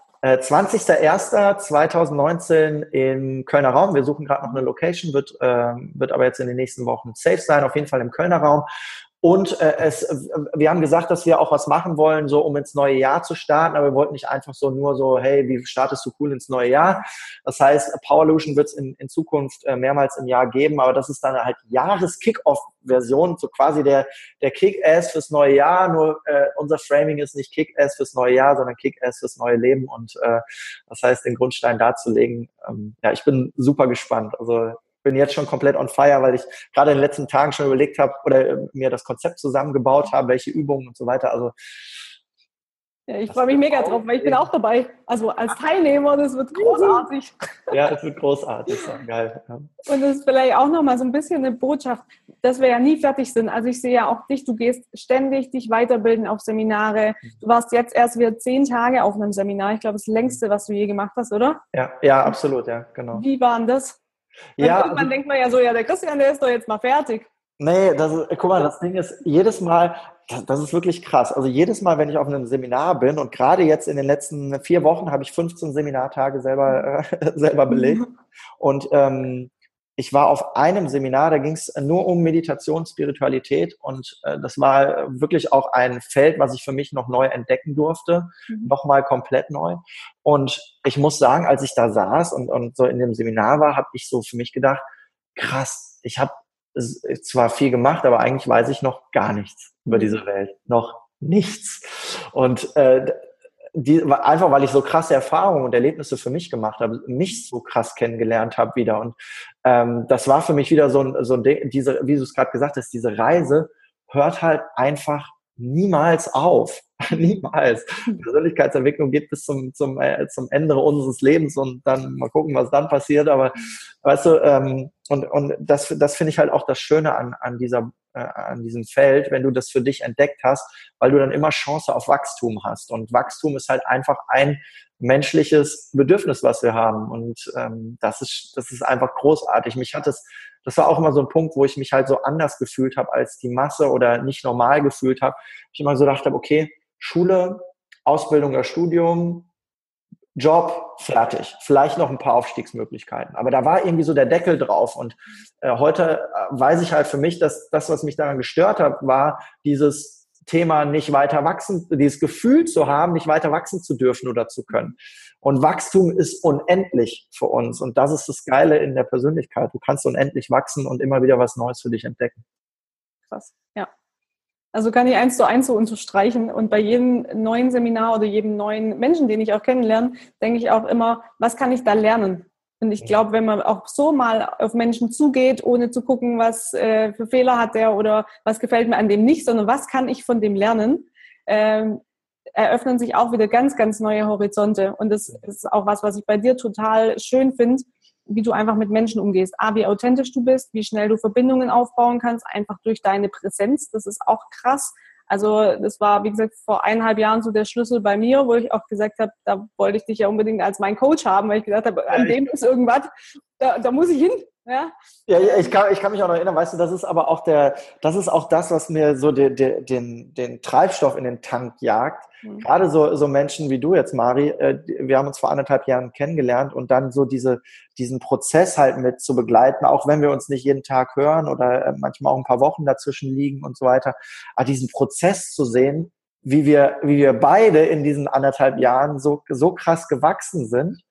20.01.2019 im Kölner Raum. Wir suchen gerade noch eine Location, wird aber jetzt in den nächsten Wochen safe sein, auf jeden Fall im Kölner Raum. Und wir haben gesagt, dass wir auch was machen wollen, so um ins neue Jahr zu starten, aber wir wollten nicht einfach nur so, hey, wie startest du cool ins neue Jahr? Das heißt, Powerlution wird es in Zukunft mehrmals im Jahr geben, aber das ist dann halt Jahres-Kick-Off-Version, so quasi der Kick-Ass fürs neue Jahr, nur unser Framing ist nicht Kick-Ass fürs neue Jahr, sondern Kick-Ass fürs neue Leben und das heißt, den Grundstein darzulegen. Ich bin super gespannt, also bin jetzt schon komplett on fire, weil ich gerade in den letzten Tagen schon überlegt habe oder mir das Konzept zusammengebaut habe, welche Übungen und so weiter. Also ja, ich freue mich mega drauf, weil ich bin auch dabei. Also als Teilnehmer, das wird großartig. Ja, es wird großartig, geil. Ja. Und das ist vielleicht auch nochmal so ein bisschen eine Botschaft, dass wir ja nie fertig sind. Also ich sehe ja auch dich, du gehst ständig dich weiterbilden auf Seminare. Du warst jetzt erst wieder 10 Tage auf einem Seminar. Ich glaube, das längste, was du je gemacht hast, oder? Ja, absolut, ja, genau. Wie war denn das? Ja, irgendwann denkt man ja so, ja, der Christian, der ist doch jetzt mal fertig. Nee, guck mal, das Ding ist, jedes Mal, das ist wirklich krass. Also jedes Mal, wenn ich auf einem Seminar bin und gerade jetzt in den letzten 4 Wochen habe ich 15 Seminartage selber belegt und ich war auf einem Seminar, da ging es nur um Meditation, Spiritualität und das war wirklich auch ein Feld, was ich für mich noch neu entdecken durfte, nochmal komplett neu. Und ich muss sagen, als ich da saß und so in dem Seminar war, habe ich so für mich gedacht, krass, ich habe zwar viel gemacht, aber eigentlich weiß ich noch gar nichts über diese Welt, noch nichts. Und einfach weil ich so krasse Erfahrungen und Erlebnisse für mich gemacht habe, mich so krass kennengelernt habe wieder. Und das war für mich wieder so ein Ding, wie du es gerade gesagt hast, diese Reise hört halt einfach niemals auf. Niemals. Persönlichkeitsentwicklung geht bis zum Ende unseres Lebens und dann mal gucken, was dann passiert. Aber weißt du, und das finde ich halt auch das Schöne an diesem Feld, wenn du das für dich entdeckt hast, weil du dann immer Chance auf Wachstum hast. Und Wachstum ist halt einfach ein menschliches Bedürfnis, was wir haben. Und das ist einfach großartig. Das war auch immer so ein Punkt, wo ich mich halt so anders gefühlt habe als die Masse oder nicht normal gefühlt habe. Ich immer so gedacht habe, okay, Schule, Ausbildung oder Studium, Job, fertig. Vielleicht noch ein paar Aufstiegsmöglichkeiten. Aber da war irgendwie so der Deckel drauf. Und heute weiß ich halt für mich, dass das, was mich daran gestört hat, war dieses Thema nicht weiter wachsen, dieses Gefühl zu haben, nicht weiter wachsen zu dürfen oder zu können. Und Wachstum ist unendlich für uns. Und das ist das Geile in der Persönlichkeit. Du kannst unendlich wachsen und immer wieder was Neues für dich entdecken. Krass, ja. Also kann ich 1:1 so unterstreichen. Und bei jedem neuen Seminar oder jedem neuen Menschen, den ich auch kennenlerne, denke ich auch immer, was kann ich da lernen? Und ich glaube, wenn man auch so mal auf Menschen zugeht, ohne zu gucken, was für Fehler hat der oder was gefällt mir an dem nicht, sondern was kann ich von dem lernen, eröffnen sich auch wieder ganz, ganz neue Horizonte. Und das ist auch was ich bei dir total schön finde, wie du einfach mit Menschen umgehst. Wie authentisch du bist, wie schnell du Verbindungen aufbauen kannst, einfach durch deine Präsenz. Das ist auch krass. Also das war, wie gesagt, vor 1,5 Jahren so der Schlüssel bei mir, wo ich auch gesagt habe, da wollte ich dich ja unbedingt als mein Coach haben, weil ich gesagt habe, an dem ist irgendwas, da muss ich hin. Ja, ich kann mich auch noch erinnern, weißt du, das ist aber auch das, was mir so den Treibstoff in den Tank jagt. Gerade so Menschen wie du jetzt, Mari, wir haben uns vor 1,5 Jahren kennengelernt und dann so diesen Prozess halt mit zu begleiten, auch wenn wir uns nicht jeden Tag hören oder manchmal auch ein paar Wochen dazwischen liegen und so weiter. Aber diesen Prozess zu sehen, wie wir beide in diesen 1,5 Jahren so krass gewachsen sind,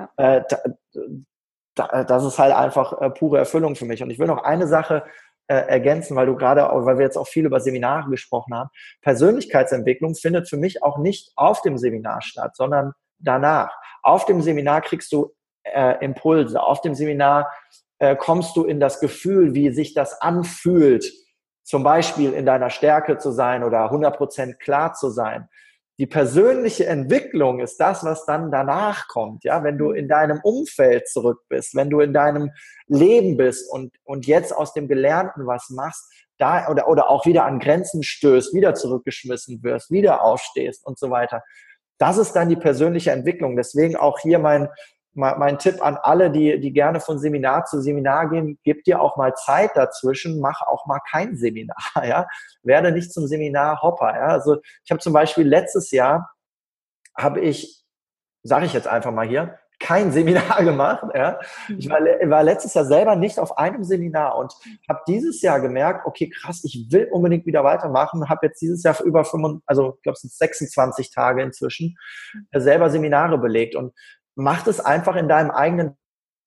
das ist halt einfach pure Erfüllung für mich. Und ich will noch eine Sache ergänzen, weil wir jetzt auch viel über Seminare gesprochen haben. Persönlichkeitsentwicklung findet für mich auch nicht auf dem Seminar statt, sondern danach. Auf dem Seminar kriegst du Impulse. Auf dem Seminar kommst du in das Gefühl, wie sich das anfühlt, zum Beispiel in deiner Stärke zu sein oder 100% klar zu sein. Die persönliche Entwicklung ist das, was dann danach kommt, ja, wenn du in deinem Umfeld zurück bist, wenn du in deinem Leben bist und jetzt aus dem Gelernten was machst, da oder auch wieder an Grenzen stößt, wieder zurückgeschmissen wirst, wieder aufstehst und so weiter. Das ist dann die persönliche Entwicklung. Deswegen auch hier mein Tipp an alle, die gerne von Seminar zu Seminar gehen, gib dir auch mal Zeit dazwischen, mach auch mal kein Seminar, ja. Werde nicht zum Seminarhopper, ja. Also ich habe zum Beispiel letztes Jahr, sage ich jetzt einfach mal hier, kein Seminar gemacht, ja. Ich war letztes Jahr selber nicht auf einem Seminar und habe dieses Jahr gemerkt, okay, krass, ich will unbedingt wieder weitermachen, habe jetzt dieses Jahr für über 26 Tage inzwischen selber Seminare belegt und mach das einfach in deinem eigenen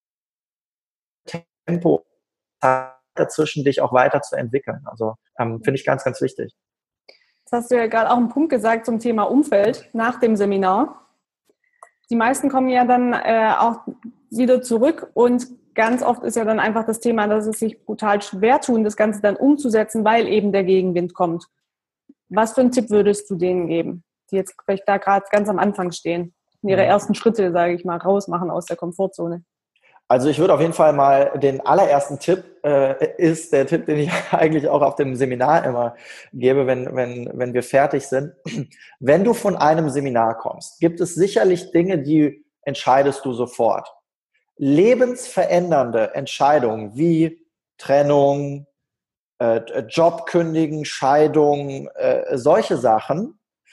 Tempo dazwischen, dich auch weiterzuentwickeln. Also finde ich ganz, ganz wichtig. Jetzt hast du ja gerade auch einen Punkt gesagt zum Thema Umfeld nach dem Seminar. Die meisten kommen ja dann auch wieder zurück und ganz oft ist ja dann einfach das Thema, dass es sich brutal schwer tun, das Ganze dann umzusetzen, weil eben der Gegenwind kommt. Was für einen Tipp würdest du denen geben, die jetzt vielleicht da gerade ganz am Anfang stehen? Ihre ersten Schritte, sage ich mal, rausmachen aus der Komfortzone? Also ich würde auf jeden Fall mal den allerersten Tipp, ist der Tipp, den ich eigentlich auch auf dem Seminar immer gebe, wenn wir fertig sind. Wenn du von einem Seminar kommst, gibt es sicherlich Dinge, die entscheidest du sofort. Lebensverändernde Entscheidungen wie Trennung, Job kündigen, Scheidung, solche Sachen,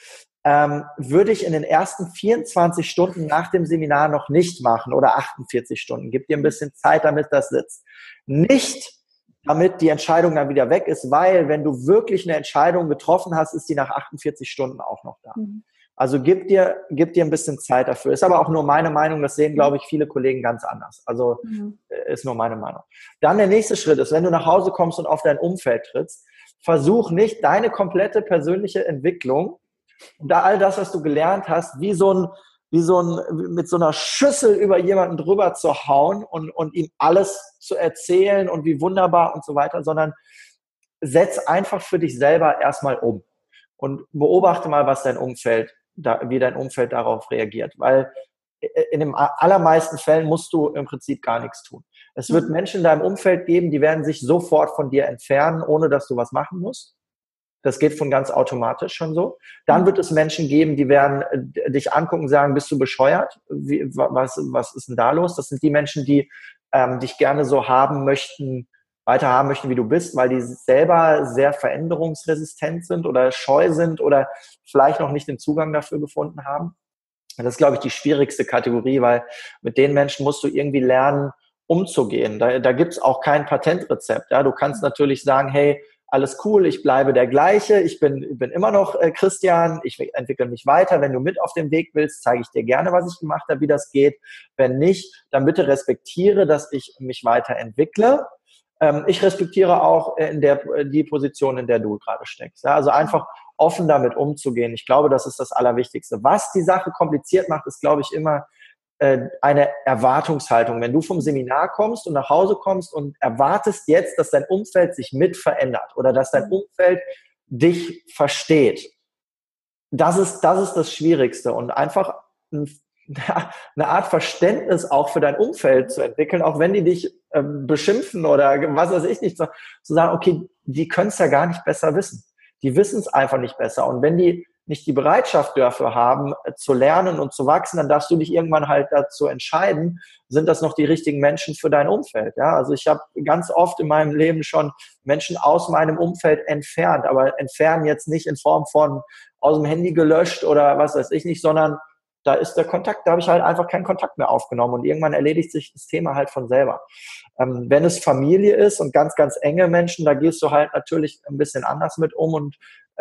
würde ich in den ersten 24 Stunden nach dem Seminar noch nicht machen oder 48 Stunden. Gib dir ein bisschen Zeit, damit das sitzt. Nicht, damit die Entscheidung dann wieder weg ist, weil wenn du wirklich eine Entscheidung getroffen hast, ist die nach 48 Stunden auch noch da. Also gib dir ein bisschen Zeit dafür. Ist aber auch nur meine Meinung, das sehen, glaube ich, viele Kollegen ganz anders. Also ist nur meine Meinung. Dann der nächste Schritt ist, wenn du nach Hause kommst und auf dein Umfeld trittst, versuch nicht, deine komplette persönliche Entwicklung und da all das, was du gelernt hast, mit so einer Schüssel über jemanden drüber zu hauen und ihm alles zu erzählen und wie wunderbar und so weiter, sondern setz einfach für dich selber erstmal um und beobachte mal, wie dein Umfeld darauf reagiert, weil in den allermeisten Fällen musst du im Prinzip gar nichts tun. Es wird Menschen in deinem Umfeld geben, die werden sich sofort von dir entfernen, ohne dass du was machen musst. Das geht von ganz automatisch schon so. Dann wird es Menschen geben, die werden dich angucken und sagen, bist du bescheuert? Was ist denn da los? Das sind die Menschen, die dich gerne so weiter haben möchten, wie du bist, weil die selber sehr veränderungsresistent sind oder scheu sind oder vielleicht noch nicht den Zugang dafür gefunden haben. Das ist, glaube ich, die schwierigste Kategorie, weil mit den Menschen musst du irgendwie lernen, umzugehen. Da gibt's auch kein Patentrezept. Ja? Du kannst natürlich sagen, hey, alles cool, ich bleibe der gleiche, ich bin immer noch Christian, ich entwickle mich weiter. Wenn du mit auf den Weg willst, zeige ich dir gerne, was ich gemacht habe, wie das geht. Wenn nicht, dann bitte respektiere, dass ich mich weiterentwickle. Ich respektiere auch die Position, in der du gerade steckst. Ja, also einfach offen damit umzugehen. Ich glaube, das ist das Allerwichtigste. Was die Sache kompliziert macht, ist, glaube ich, immer eine Erwartungshaltung. Wenn du vom Seminar kommst und nach Hause kommst und erwartest jetzt, dass dein Umfeld sich mit verändert oder dass dein Umfeld dich versteht, das ist das Schwierigste. Und einfach eine Art Verständnis auch für dein Umfeld zu entwickeln, auch wenn die dich beschimpfen oder was weiß ich nicht, zu sagen, okay, die können es ja gar nicht besser wissen. Die wissen es einfach nicht besser. Und wenn die nicht die Bereitschaft dafür haben, zu lernen und zu wachsen, dann darfst du dich irgendwann halt dazu entscheiden, sind das noch die richtigen Menschen für dein Umfeld. Ja, also ich habe ganz oft in meinem Leben schon Menschen aus meinem Umfeld entfernt, aber entfernen jetzt nicht in Form von aus dem Handy gelöscht oder was weiß ich nicht, sondern da ist der Kontakt, da habe ich halt einfach keinen Kontakt mehr aufgenommen und irgendwann erledigt sich das Thema halt von selber. Wenn es Familie ist und ganz, ganz enge Menschen, da gehst du halt natürlich ein bisschen anders mit um und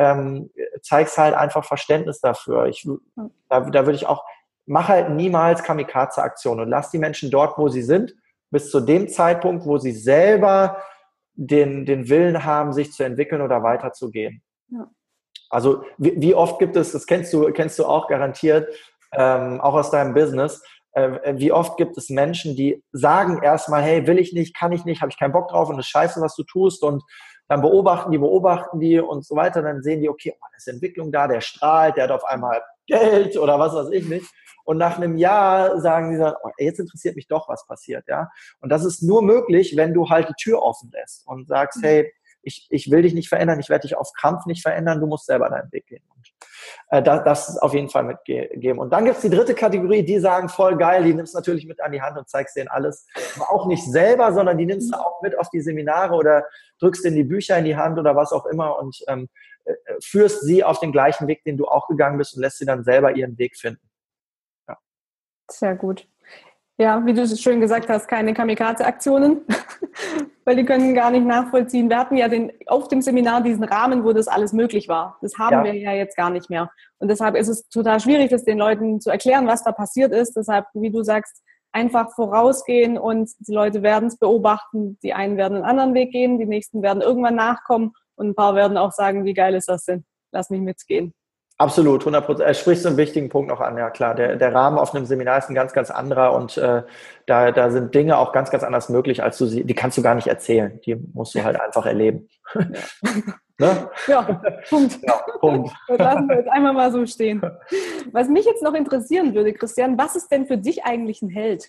zeigst halt einfach Verständnis dafür. Da würde ich auch, mach halt niemals Kamikaze-Aktionen und lass die Menschen dort, wo sie sind, bis zu dem Zeitpunkt, wo sie selber den Willen haben, sich zu entwickeln oder weiterzugehen. Ja. Also wie oft gibt es, das kennst du auch garantiert, auch aus deinem Business, wie oft gibt es Menschen, die sagen erstmal, hey, will ich nicht, kann ich nicht, habe ich keinen Bock drauf und das ist scheiße, was du tust, und dann beobachten die und so weiter, dann sehen die, okay, oh, da ist Entwicklung da, der strahlt, der hat auf einmal Geld oder was weiß ich nicht. Und nach einem Jahr sagen die dann, oh, jetzt interessiert mich doch, was passiert, ja. Und das ist nur möglich, wenn du halt die Tür offen lässt und sagst, hey, ich will dich nicht verändern, ich werde dich auf Krampf nicht verändern, du musst selber deinen Weg gehen. Und das auf jeden Fall mitgeben. Und dann gibt's die dritte Kategorie, die sagen, voll geil, die nimmst du natürlich mit an die Hand und zeigst denen alles. Aber auch nicht selber, sondern die nimmst du auch mit auf die Seminare oder drückst denen die Bücher in die Hand oder was auch immer und führst sie auf den gleichen Weg, den du auch gegangen bist, und lässt sie dann selber ihren Weg finden. Ja. Sehr gut. Ja, wie du es schön gesagt hast, keine Kamikaze-Aktionen, weil die können gar nicht nachvollziehen. Wir hatten ja auf dem Seminar diesen Rahmen, wo das alles möglich war. Das haben wir ja jetzt gar nicht mehr. Und deshalb ist es total schwierig, das den Leuten zu erklären, was da passiert ist. Deshalb, wie du sagst, einfach vorausgehen und die Leute werden es beobachten. Die einen werden einen anderen Weg gehen, die nächsten werden irgendwann nachkommen und ein paar werden auch sagen, wie geil ist das denn? Lass mich mitgehen. Absolut, 100%. Er spricht einen wichtigen Punkt noch an, ja klar. Der Rahmen auf einem Seminar ist ein ganz, ganz anderer und da sind Dinge auch ganz, ganz anders möglich, als die kannst du gar nicht erzählen. Die musst du halt einfach erleben. Ja, ne? Ja, Punkt. Ja, Punkt. Das lassen wir jetzt einmal mal so stehen. Was mich jetzt noch interessieren würde, Christian, was ist denn für dich eigentlich ein Held?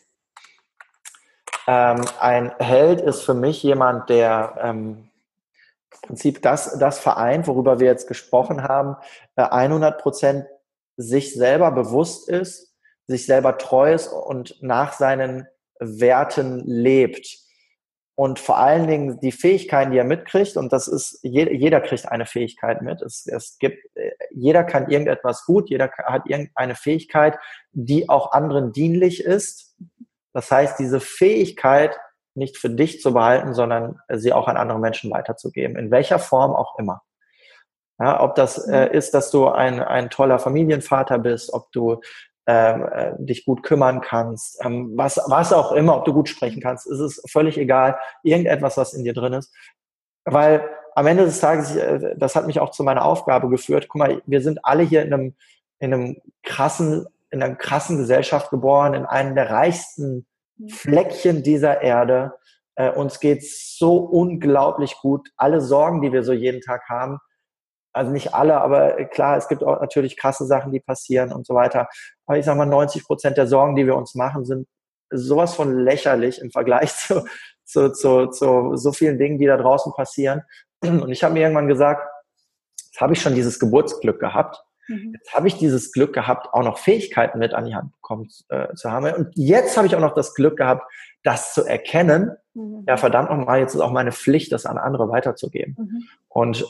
Ein Held ist für mich jemand, der im Prinzip das vereint, worüber wir jetzt gesprochen haben, 100% sich selber bewusst ist, sich selber treu ist und nach seinen Werten lebt. Und vor allen Dingen die Fähigkeiten, die er mitkriegt, und das ist, jeder kriegt eine Fähigkeit mit. Jeder kann irgendetwas gut, jeder hat irgendeine Fähigkeit, die auch anderen dienlich ist. Das heißt, diese Fähigkeit nicht für dich zu behalten, sondern sie auch an andere Menschen weiterzugeben, in welcher Form auch immer. Ja, ob das ist, dass du ein toller Familienvater bist, ob du dich gut kümmern kannst, was auch immer, ob du gut sprechen kannst, ist es völlig egal, irgendetwas, was in dir drin ist. Weil am Ende des Tages, das hat mich auch zu meiner Aufgabe geführt, guck mal, wir sind alle hier in einer krassen Gesellschaft geboren, in einem der reichsten Fleckchen dieser Erde. Uns geht's so unglaublich gut. Alle Sorgen, die wir so jeden Tag haben, also nicht alle, aber klar, es gibt auch natürlich krasse Sachen, die passieren und so weiter. Aber ich sag mal, 90% der Sorgen, die wir uns machen, sind sowas von lächerlich im Vergleich zu so vielen Dingen, die da draußen passieren. Und ich habe mir irgendwann gesagt, jetzt habe ich schon dieses Geburtsglück gehabt. Jetzt habe ich dieses Glück gehabt, auch noch Fähigkeiten mit an die Hand bekommen zu haben. Und jetzt habe ich auch noch das Glück gehabt, das zu erkennen. Ja, verdammt nochmal, jetzt ist auch meine Pflicht, das an andere weiterzugeben. Und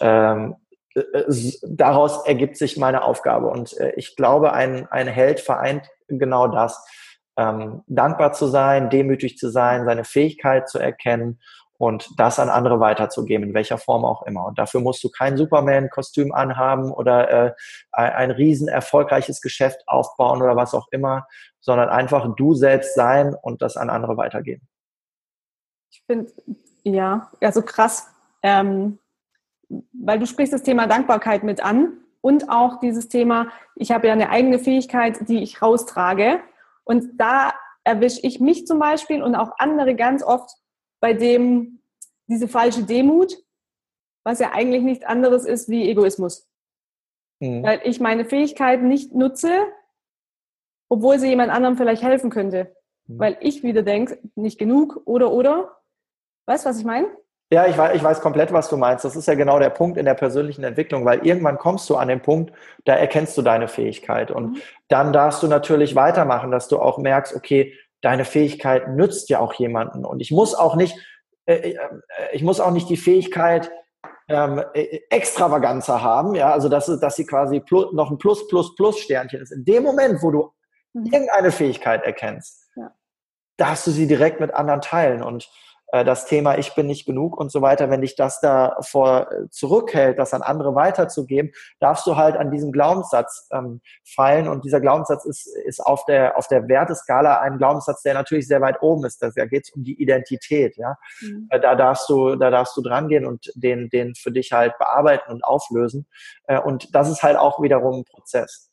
daraus ergibt sich meine Aufgabe. Und ich glaube, ein Held vereint genau das. Dankbar zu sein, demütig zu sein, seine Fähigkeit zu erkennen und das an andere weiterzugeben, in welcher Form auch immer. Und dafür musst du kein Superman-Kostüm anhaben oder ein riesen erfolgreiches Geschäft aufbauen oder was auch immer, sondern einfach du selbst sein und das an andere weitergeben. Ich finde, ja, also krass, weil du sprichst das Thema Dankbarkeit mit an und auch dieses Thema, ich habe ja eine eigene Fähigkeit, die ich raustrage, und da erwische ich mich zum Beispiel und auch andere ganz oft bei dem, diese falsche Demut, was ja eigentlich nichts anderes ist wie Egoismus. Weil ich meine Fähigkeiten nicht nutze, obwohl sie jemand anderem vielleicht helfen könnte. Weil ich wieder denke, nicht genug oder. Weißt du, was ich meine? Ja, ich weiß komplett, was du meinst. Das ist ja genau der Punkt in der persönlichen Entwicklung, weil irgendwann kommst du an den Punkt, da erkennst du deine Fähigkeit. Und dann darfst du natürlich weitermachen, dass du auch merkst, okay, deine Fähigkeit nützt ja auch jemanden. Und ich muss auch nicht die Fähigkeit Extravaganza haben, ja, also dass sie quasi noch ein Plus Sternchen ist. In dem Moment, wo du irgendeine Fähigkeit erkennst, darfst du sie direkt mit anderen teilen. Und das Thema ich bin nicht genug und so weiter, wenn dich das davor zurückhält, das an andere weiterzugeben, darfst du halt an diesem Glaubenssatz fallen. Und dieser Glaubenssatz ist auf der Werteskala ein Glaubenssatz, der natürlich sehr weit oben ist. Da geht es um die Identität. Ja, da darfst du dran gehen und den für dich halt bearbeiten und auflösen. Und das ist halt auch wiederum ein Prozess.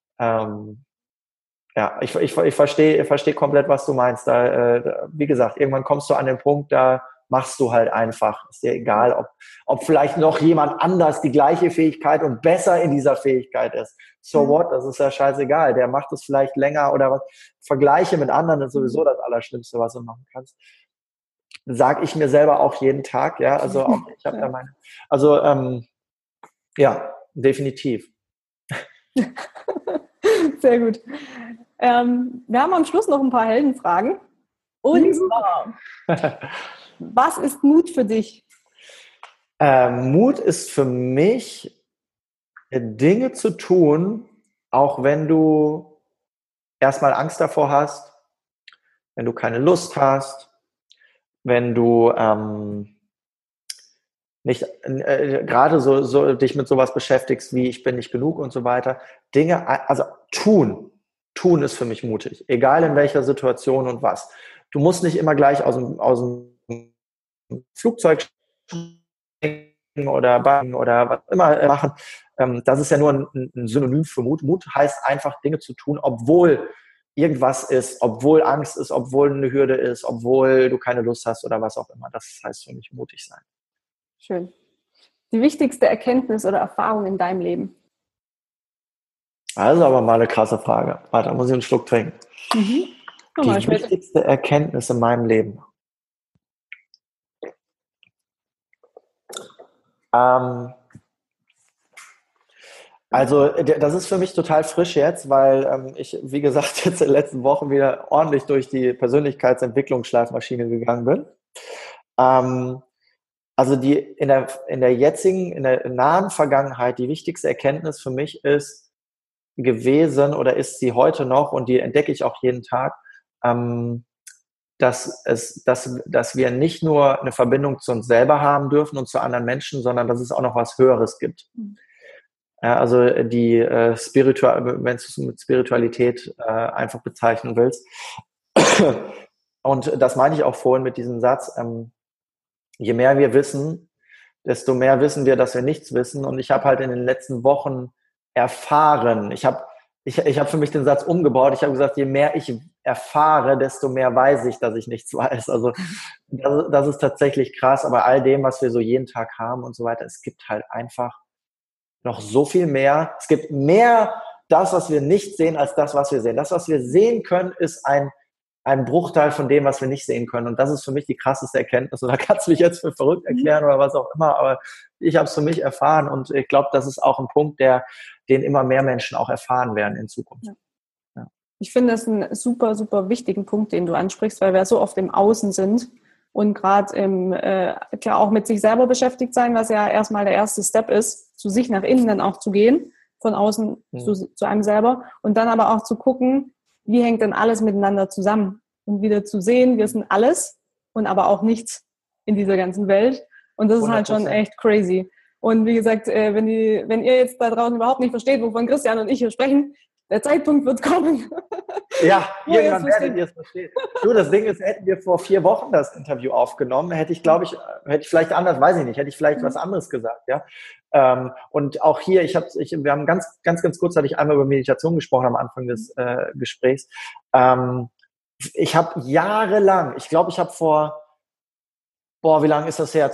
Ja, ich verstehe komplett, was du meinst. Wie gesagt, irgendwann kommst du an den Punkt, da machst du halt einfach. Ist dir egal, ob vielleicht noch jemand anders die gleiche Fähigkeit und besser in dieser Fähigkeit ist. So what? Das ist ja scheißegal. Der macht es vielleicht länger oder was. Vergleiche mit anderen ist sowieso das Allerschlimmste, was du machen kannst. Sag ich mir selber auch jeden Tag, ja. Also auch ich habe da meine. Also ja, definitiv. Sehr gut. Wir haben am Schluss noch ein paar Heldenfragen. Und zwar, was ist Mut für dich? Mut ist für mich, Dinge zu tun, auch wenn du erstmal Angst davor hast, wenn du keine Lust hast, wenn du nicht gerade so dich mit sowas beschäftigst, wie ich bin nicht genug und so weiter. Dinge, also tun ist für mich mutig, egal in welcher Situation und was. Du musst nicht immer gleich aus dem Flugzeug springen oder backen oder was immer machen. Das ist ja nur ein Synonym für Mut. Mut heißt einfach, Dinge zu tun, obwohl irgendwas ist, obwohl Angst ist, obwohl eine Hürde ist, obwohl du keine Lust hast oder was auch immer. Das heißt für mich mutig sein. Schön. Die wichtigste Erkenntnis oder Erfahrung in deinem Leben? Also aber mal eine krasse Frage. Warte, da muss ich einen Schluck trinken. Die wichtigste Erkenntnis in meinem Leben. Also das ist für mich total frisch jetzt, weil ich, wie gesagt, jetzt in den letzten Wochen wieder ordentlich durch die Persönlichkeitsentwicklungsschleifmaschine gegangen bin. Also in der nahen Vergangenheit, die wichtigste Erkenntnis für mich ist gewesen oder ist sie heute noch, und die entdecke ich auch jeden Tag, dass wir nicht nur eine Verbindung zu uns selber haben dürfen und zu anderen Menschen, sondern dass es auch noch was Höheres gibt. Ja, also wenn du es mit Spiritualität einfach bezeichnen willst. Und das meine ich auch vorhin mit diesem Satz, je mehr wir wissen, desto mehr wissen wir, dass wir nichts wissen. Und ich habe halt in den letzten Wochen erfahren, ich habe für mich den Satz umgebaut. Ich habe gesagt, je mehr ich erfahre, desto mehr weiß ich, dass ich nichts weiß. Also das ist tatsächlich krass. Aber all dem, was wir so jeden Tag haben und so weiter, es gibt halt einfach noch so viel mehr. Es gibt mehr das, was wir nicht sehen, als das, was wir sehen. Das, was wir sehen können, ist ein Bruchteil von dem, was wir nicht sehen können. Und das ist für mich die krasseste Erkenntnis. Und da kannst du mich jetzt für verrückt erklären oder was auch immer, aber ich habe es für mich erfahren und ich glaube, das ist auch ein Punkt, den immer mehr Menschen auch erfahren werden in Zukunft. Ja. Ich finde das einen super, super wichtigen Punkt, den du ansprichst, weil wir so oft im Außen sind und gerade klar auch mit sich selber beschäftigt sein, was ja erstmal der erste Step ist, zu sich nach innen dann auch zu gehen, von außen zu einem selber und dann aber auch zu gucken, wie hängt denn alles miteinander zusammen und wieder zu sehen, wir sind alles und aber auch nichts. in dieser ganzen Welt. Und das ist halt schon 100%. echt crazy. Und wie gesagt, wenn ihr jetzt da draußen überhaupt nicht versteht, wovon Christian und ich hier sprechen, der Zeitpunkt wird kommen. Ja, Wo ihr es irgendwann werdet versteht. ihr es verstehen. Du, das Ding ist, hätten wir vor 4 Wochen das Interview aufgenommen, hätte ich vielleicht anders, weiß ich nicht, hätte ich vielleicht was anderes gesagt, ja. Und auch hier, wir haben ganz kurz, hatte ich einmal über Meditation gesprochen am Anfang des Gesprächs. Ich habe jahrelang, ich glaube, ich habe wie lange ist das her?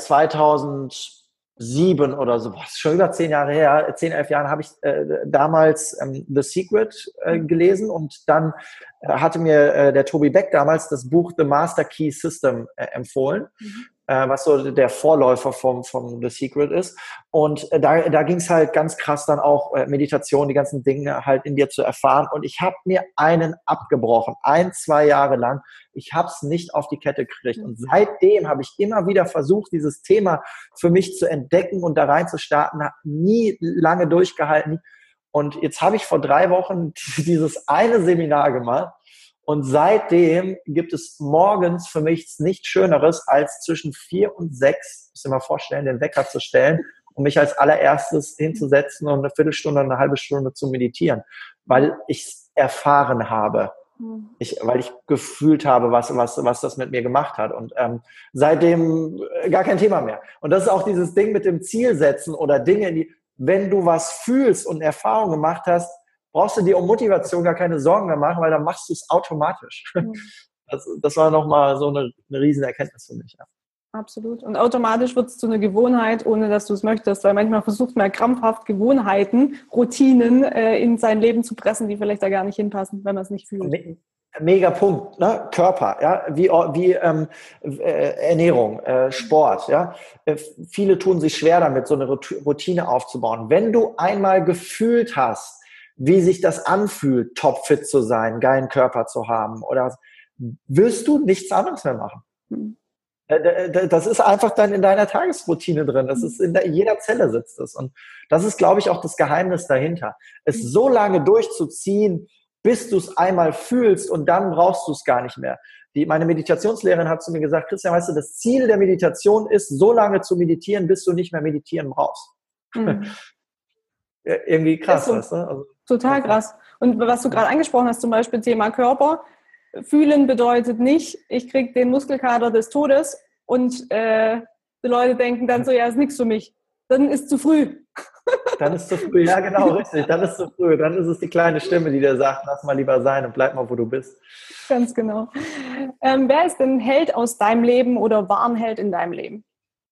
2007 oder so, ist schon über 10 Jahre her, 10, 11 Jahren habe ich damals The Secret gelesen und dann hatte mir der Toby Beck damals das Buch The Master Key System empfohlen, was so der Vorläufer vom The Secret ist. Und da ging es halt ganz krass dann auch Meditation, die ganzen Dinge halt in dir zu erfahren. Und ich habe mir einen abgebrochen, 1, 2 Jahre lang. Ich habe es nicht auf die Kette gekriegt. Und seitdem habe ich immer wieder versucht, dieses Thema für mich zu entdecken und da rein zu starten. Habe nie lange durchgehalten. Und jetzt habe ich vor 3 Wochen dieses eine Seminar gemacht. Und seitdem gibt es morgens für mich nichts Schöneres, als zwischen 4 und 6, muss ich mir mal vorstellen, den Wecker zu stellen, um mich als allererstes hinzusetzen und eine Viertelstunde, eine halbe Stunde zu meditieren, weil ich es erfahren habe. Weil ich gefühlt habe, was das mit mir gemacht hat. Und seitdem gar kein Thema mehr. Und das ist auch dieses Ding mit dem Zielsetzen oder Dinge, wenn du was fühlst und Erfahrung gemacht hast, brauchst du dir um Motivation gar keine Sorgen mehr machen, weil dann machst du es automatisch. Das war nochmal so eine riesen Erkenntnis für mich. Ja. Absolut. Und automatisch wird es zu einer Gewohnheit, ohne dass du es möchtest, weil manchmal versucht man krampfhaft Gewohnheiten, Routinen in sein Leben zu pressen, die vielleicht da gar nicht hinpassen, wenn man es nicht fühlt. Mega Punkt, ne? Körper, ja, wie Ernährung, Sport, ja. Viele tun sich schwer damit, so eine Routine aufzubauen. Wenn du einmal gefühlt hast, wie sich das anfühlt, topfit zu sein, geilen Körper zu haben, oder wirst du nichts anderes mehr machen. Das ist einfach dann in deiner Tagesroutine drin. Das ist in jeder Zelle sitzt es. Und das ist, glaube ich, auch das Geheimnis dahinter. Es so lange durchzuziehen, bis du es einmal fühlst und dann brauchst du es gar nicht mehr. Meine Meditationslehrerin hat zu mir gesagt, Christian, weißt du, das Ziel der Meditation ist, so lange zu meditieren, bis du nicht mehr meditieren brauchst. Irgendwie krass, so. weißt du? Also, total krass. Und was du gerade angesprochen hast, zum Beispiel Thema Körper, fühlen bedeutet nicht, ich kriege den Muskelkater des Todes und die Leute denken dann so, ja, ist nichts für mich. Dann ist zu früh. Dann ist zu früh, ja genau, richtig. Dann ist zu früh. Dann ist es die kleine Stimme, die dir sagt, lass mal lieber sein und bleib mal, wo du bist. Ganz genau. Wer ist denn Held aus deinem Leben oder war ein Held in deinem Leben?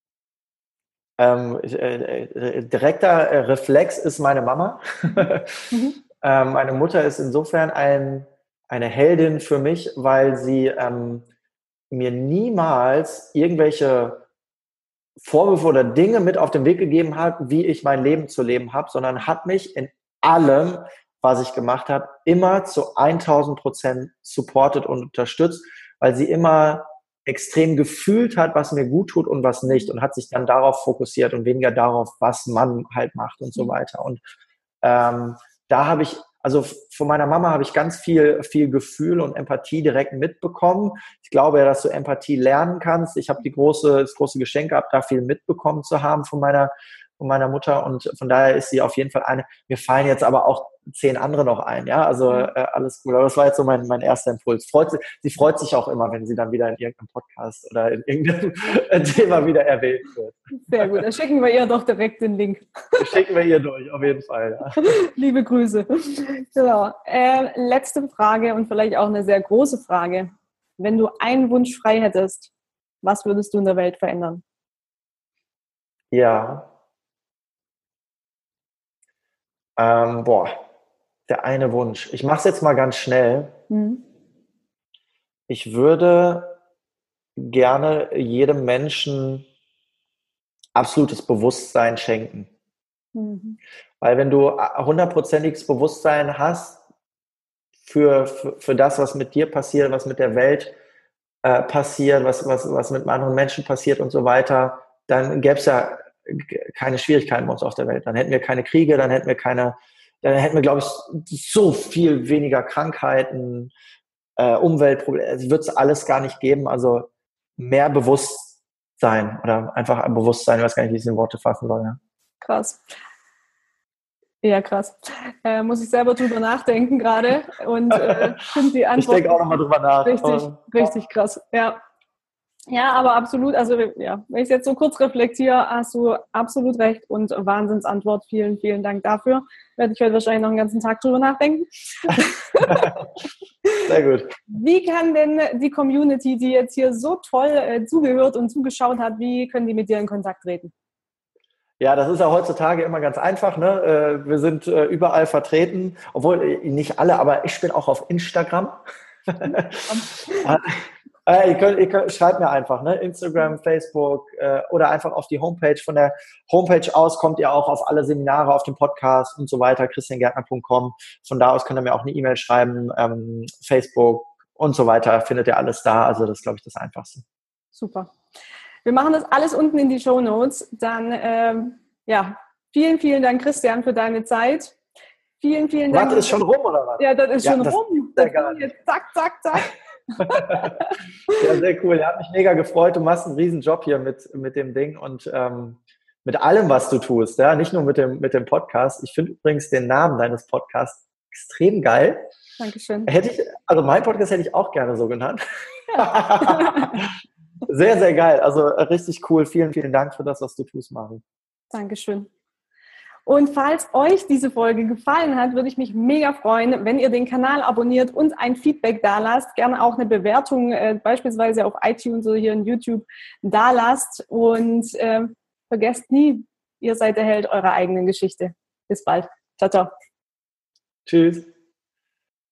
Direkter Reflex ist meine Mama. Meine Mutter ist insofern eine Heldin für mich, weil sie mir niemals irgendwelche Vorwürfe oder Dinge mit auf den Weg gegeben hat, wie ich mein Leben zu leben habe, sondern hat mich in allem, was ich gemacht habe, immer zu 1000% supportet und unterstützt, weil sie immer extrem gefühlt hat, was mir gut tut und was nicht, und hat sich dann darauf fokussiert und weniger darauf, was man halt macht und so weiter. Und da habe ich, also von meiner Mama habe ich ganz viel Gefühl und Empathie direkt mitbekommen. Ich glaube ja, dass du Empathie lernen kannst. Ich habe das große Geschenk gehabt, da viel mitbekommen zu haben von meiner Mutter, und von daher ist sie auf jeden Fall eine. Mir fallen jetzt aber auch 10 andere noch ein, ja, also alles gut. Aber das war jetzt so mein erster Impuls. Sie freut sich auch immer, wenn sie dann wieder in irgendeinem Podcast oder in irgendeinem Thema wieder erwähnt wird. Sehr gut, dann schicken wir ihr doch direkt den Link. Schicken wir ihr durch, auf jeden Fall. Ja. Liebe Grüße. Genau. Letzte Frage und vielleicht auch eine sehr große Frage. Wenn du einen Wunsch frei hättest, was würdest du in der Welt verändern? Ja. Der eine Wunsch. Ich mache es jetzt mal ganz schnell. Ich würde gerne jedem Menschen absolutes Bewusstsein schenken. Weil wenn du 100%iges Bewusstsein hast für das, was mit dir passiert, was mit der Welt passiert, was mit anderen Menschen passiert und so weiter, dann gäbe es ja keine Schwierigkeiten bei uns auf der Welt. Dann hätten wir keine Kriege, dann hätten wir, glaube ich, so viel weniger Krankheiten, Umweltprobleme. Es wird es alles gar nicht geben. Also mehr Bewusstsein sein oder einfach ein Bewusstsein, ich weiß gar nicht, wie ich es in Worte fassen soll. Ja. Krass. Ja, krass. Muss ich selber drüber nachdenken gerade und finde die Antwort. Ich denke auch nochmal drüber nach. Richtig krass. Ja. Ja, aber absolut, also ja, wenn ich es jetzt so kurz reflektiere, hast du absolut recht und Wahnsinnsantwort. Vielen, vielen Dank dafür. Werde ich heute wahrscheinlich noch einen ganzen Tag drüber nachdenken. Sehr gut. Wie kann denn die Community, die jetzt hier so toll zugehört und zugeschaut hat, wie können die mit dir in Kontakt treten? Ja, das ist ja heutzutage immer ganz einfach. Ne? Wir sind überall vertreten, obwohl nicht alle, aber ich bin auch auf Instagram. Ihr könnt, schreibt mir einfach, ne? Instagram, Facebook oder einfach auf die Homepage. Von der Homepage aus kommt ihr auch auf alle Seminare, auf den Podcast und so weiter, christiangärtner.com. Von da aus könnt ihr mir auch eine E-Mail schreiben, Facebook und so weiter, findet ihr alles da. Also das ist, glaube ich, das Einfachste. Super. Wir machen das alles unten in die Shownotes. Dann, ja, vielen, vielen Dank, Christian, für deine Zeit. Vielen, vielen Dank. Was, ist schon rum, oder was? Ja, das ist schon rum. Das ging jetzt zack, zack, zack. Ja, sehr cool. Ja, hat mich mega gefreut. Du machst einen riesen Job hier mit dem Ding und mit allem, was du tust. Ja, nicht nur mit dem Podcast. Ich finde übrigens den Namen deines Podcasts extrem geil. Dankeschön. Also mein Podcast hätte ich auch gerne so genannt. Ja. Sehr, sehr geil. Also richtig cool. Vielen, vielen Dank für das, was du tust, Mari. Dankeschön. Und falls euch diese Folge gefallen hat, würde ich mich mega freuen, wenn ihr den Kanal abonniert und ein Feedback dalasst. Gerne auch eine Bewertung, beispielsweise auf iTunes oder hier in YouTube dalasst. Und vergesst nie, ihr seid der Held eurer eigenen Geschichte. Bis bald. Ciao, ciao. Tschüss.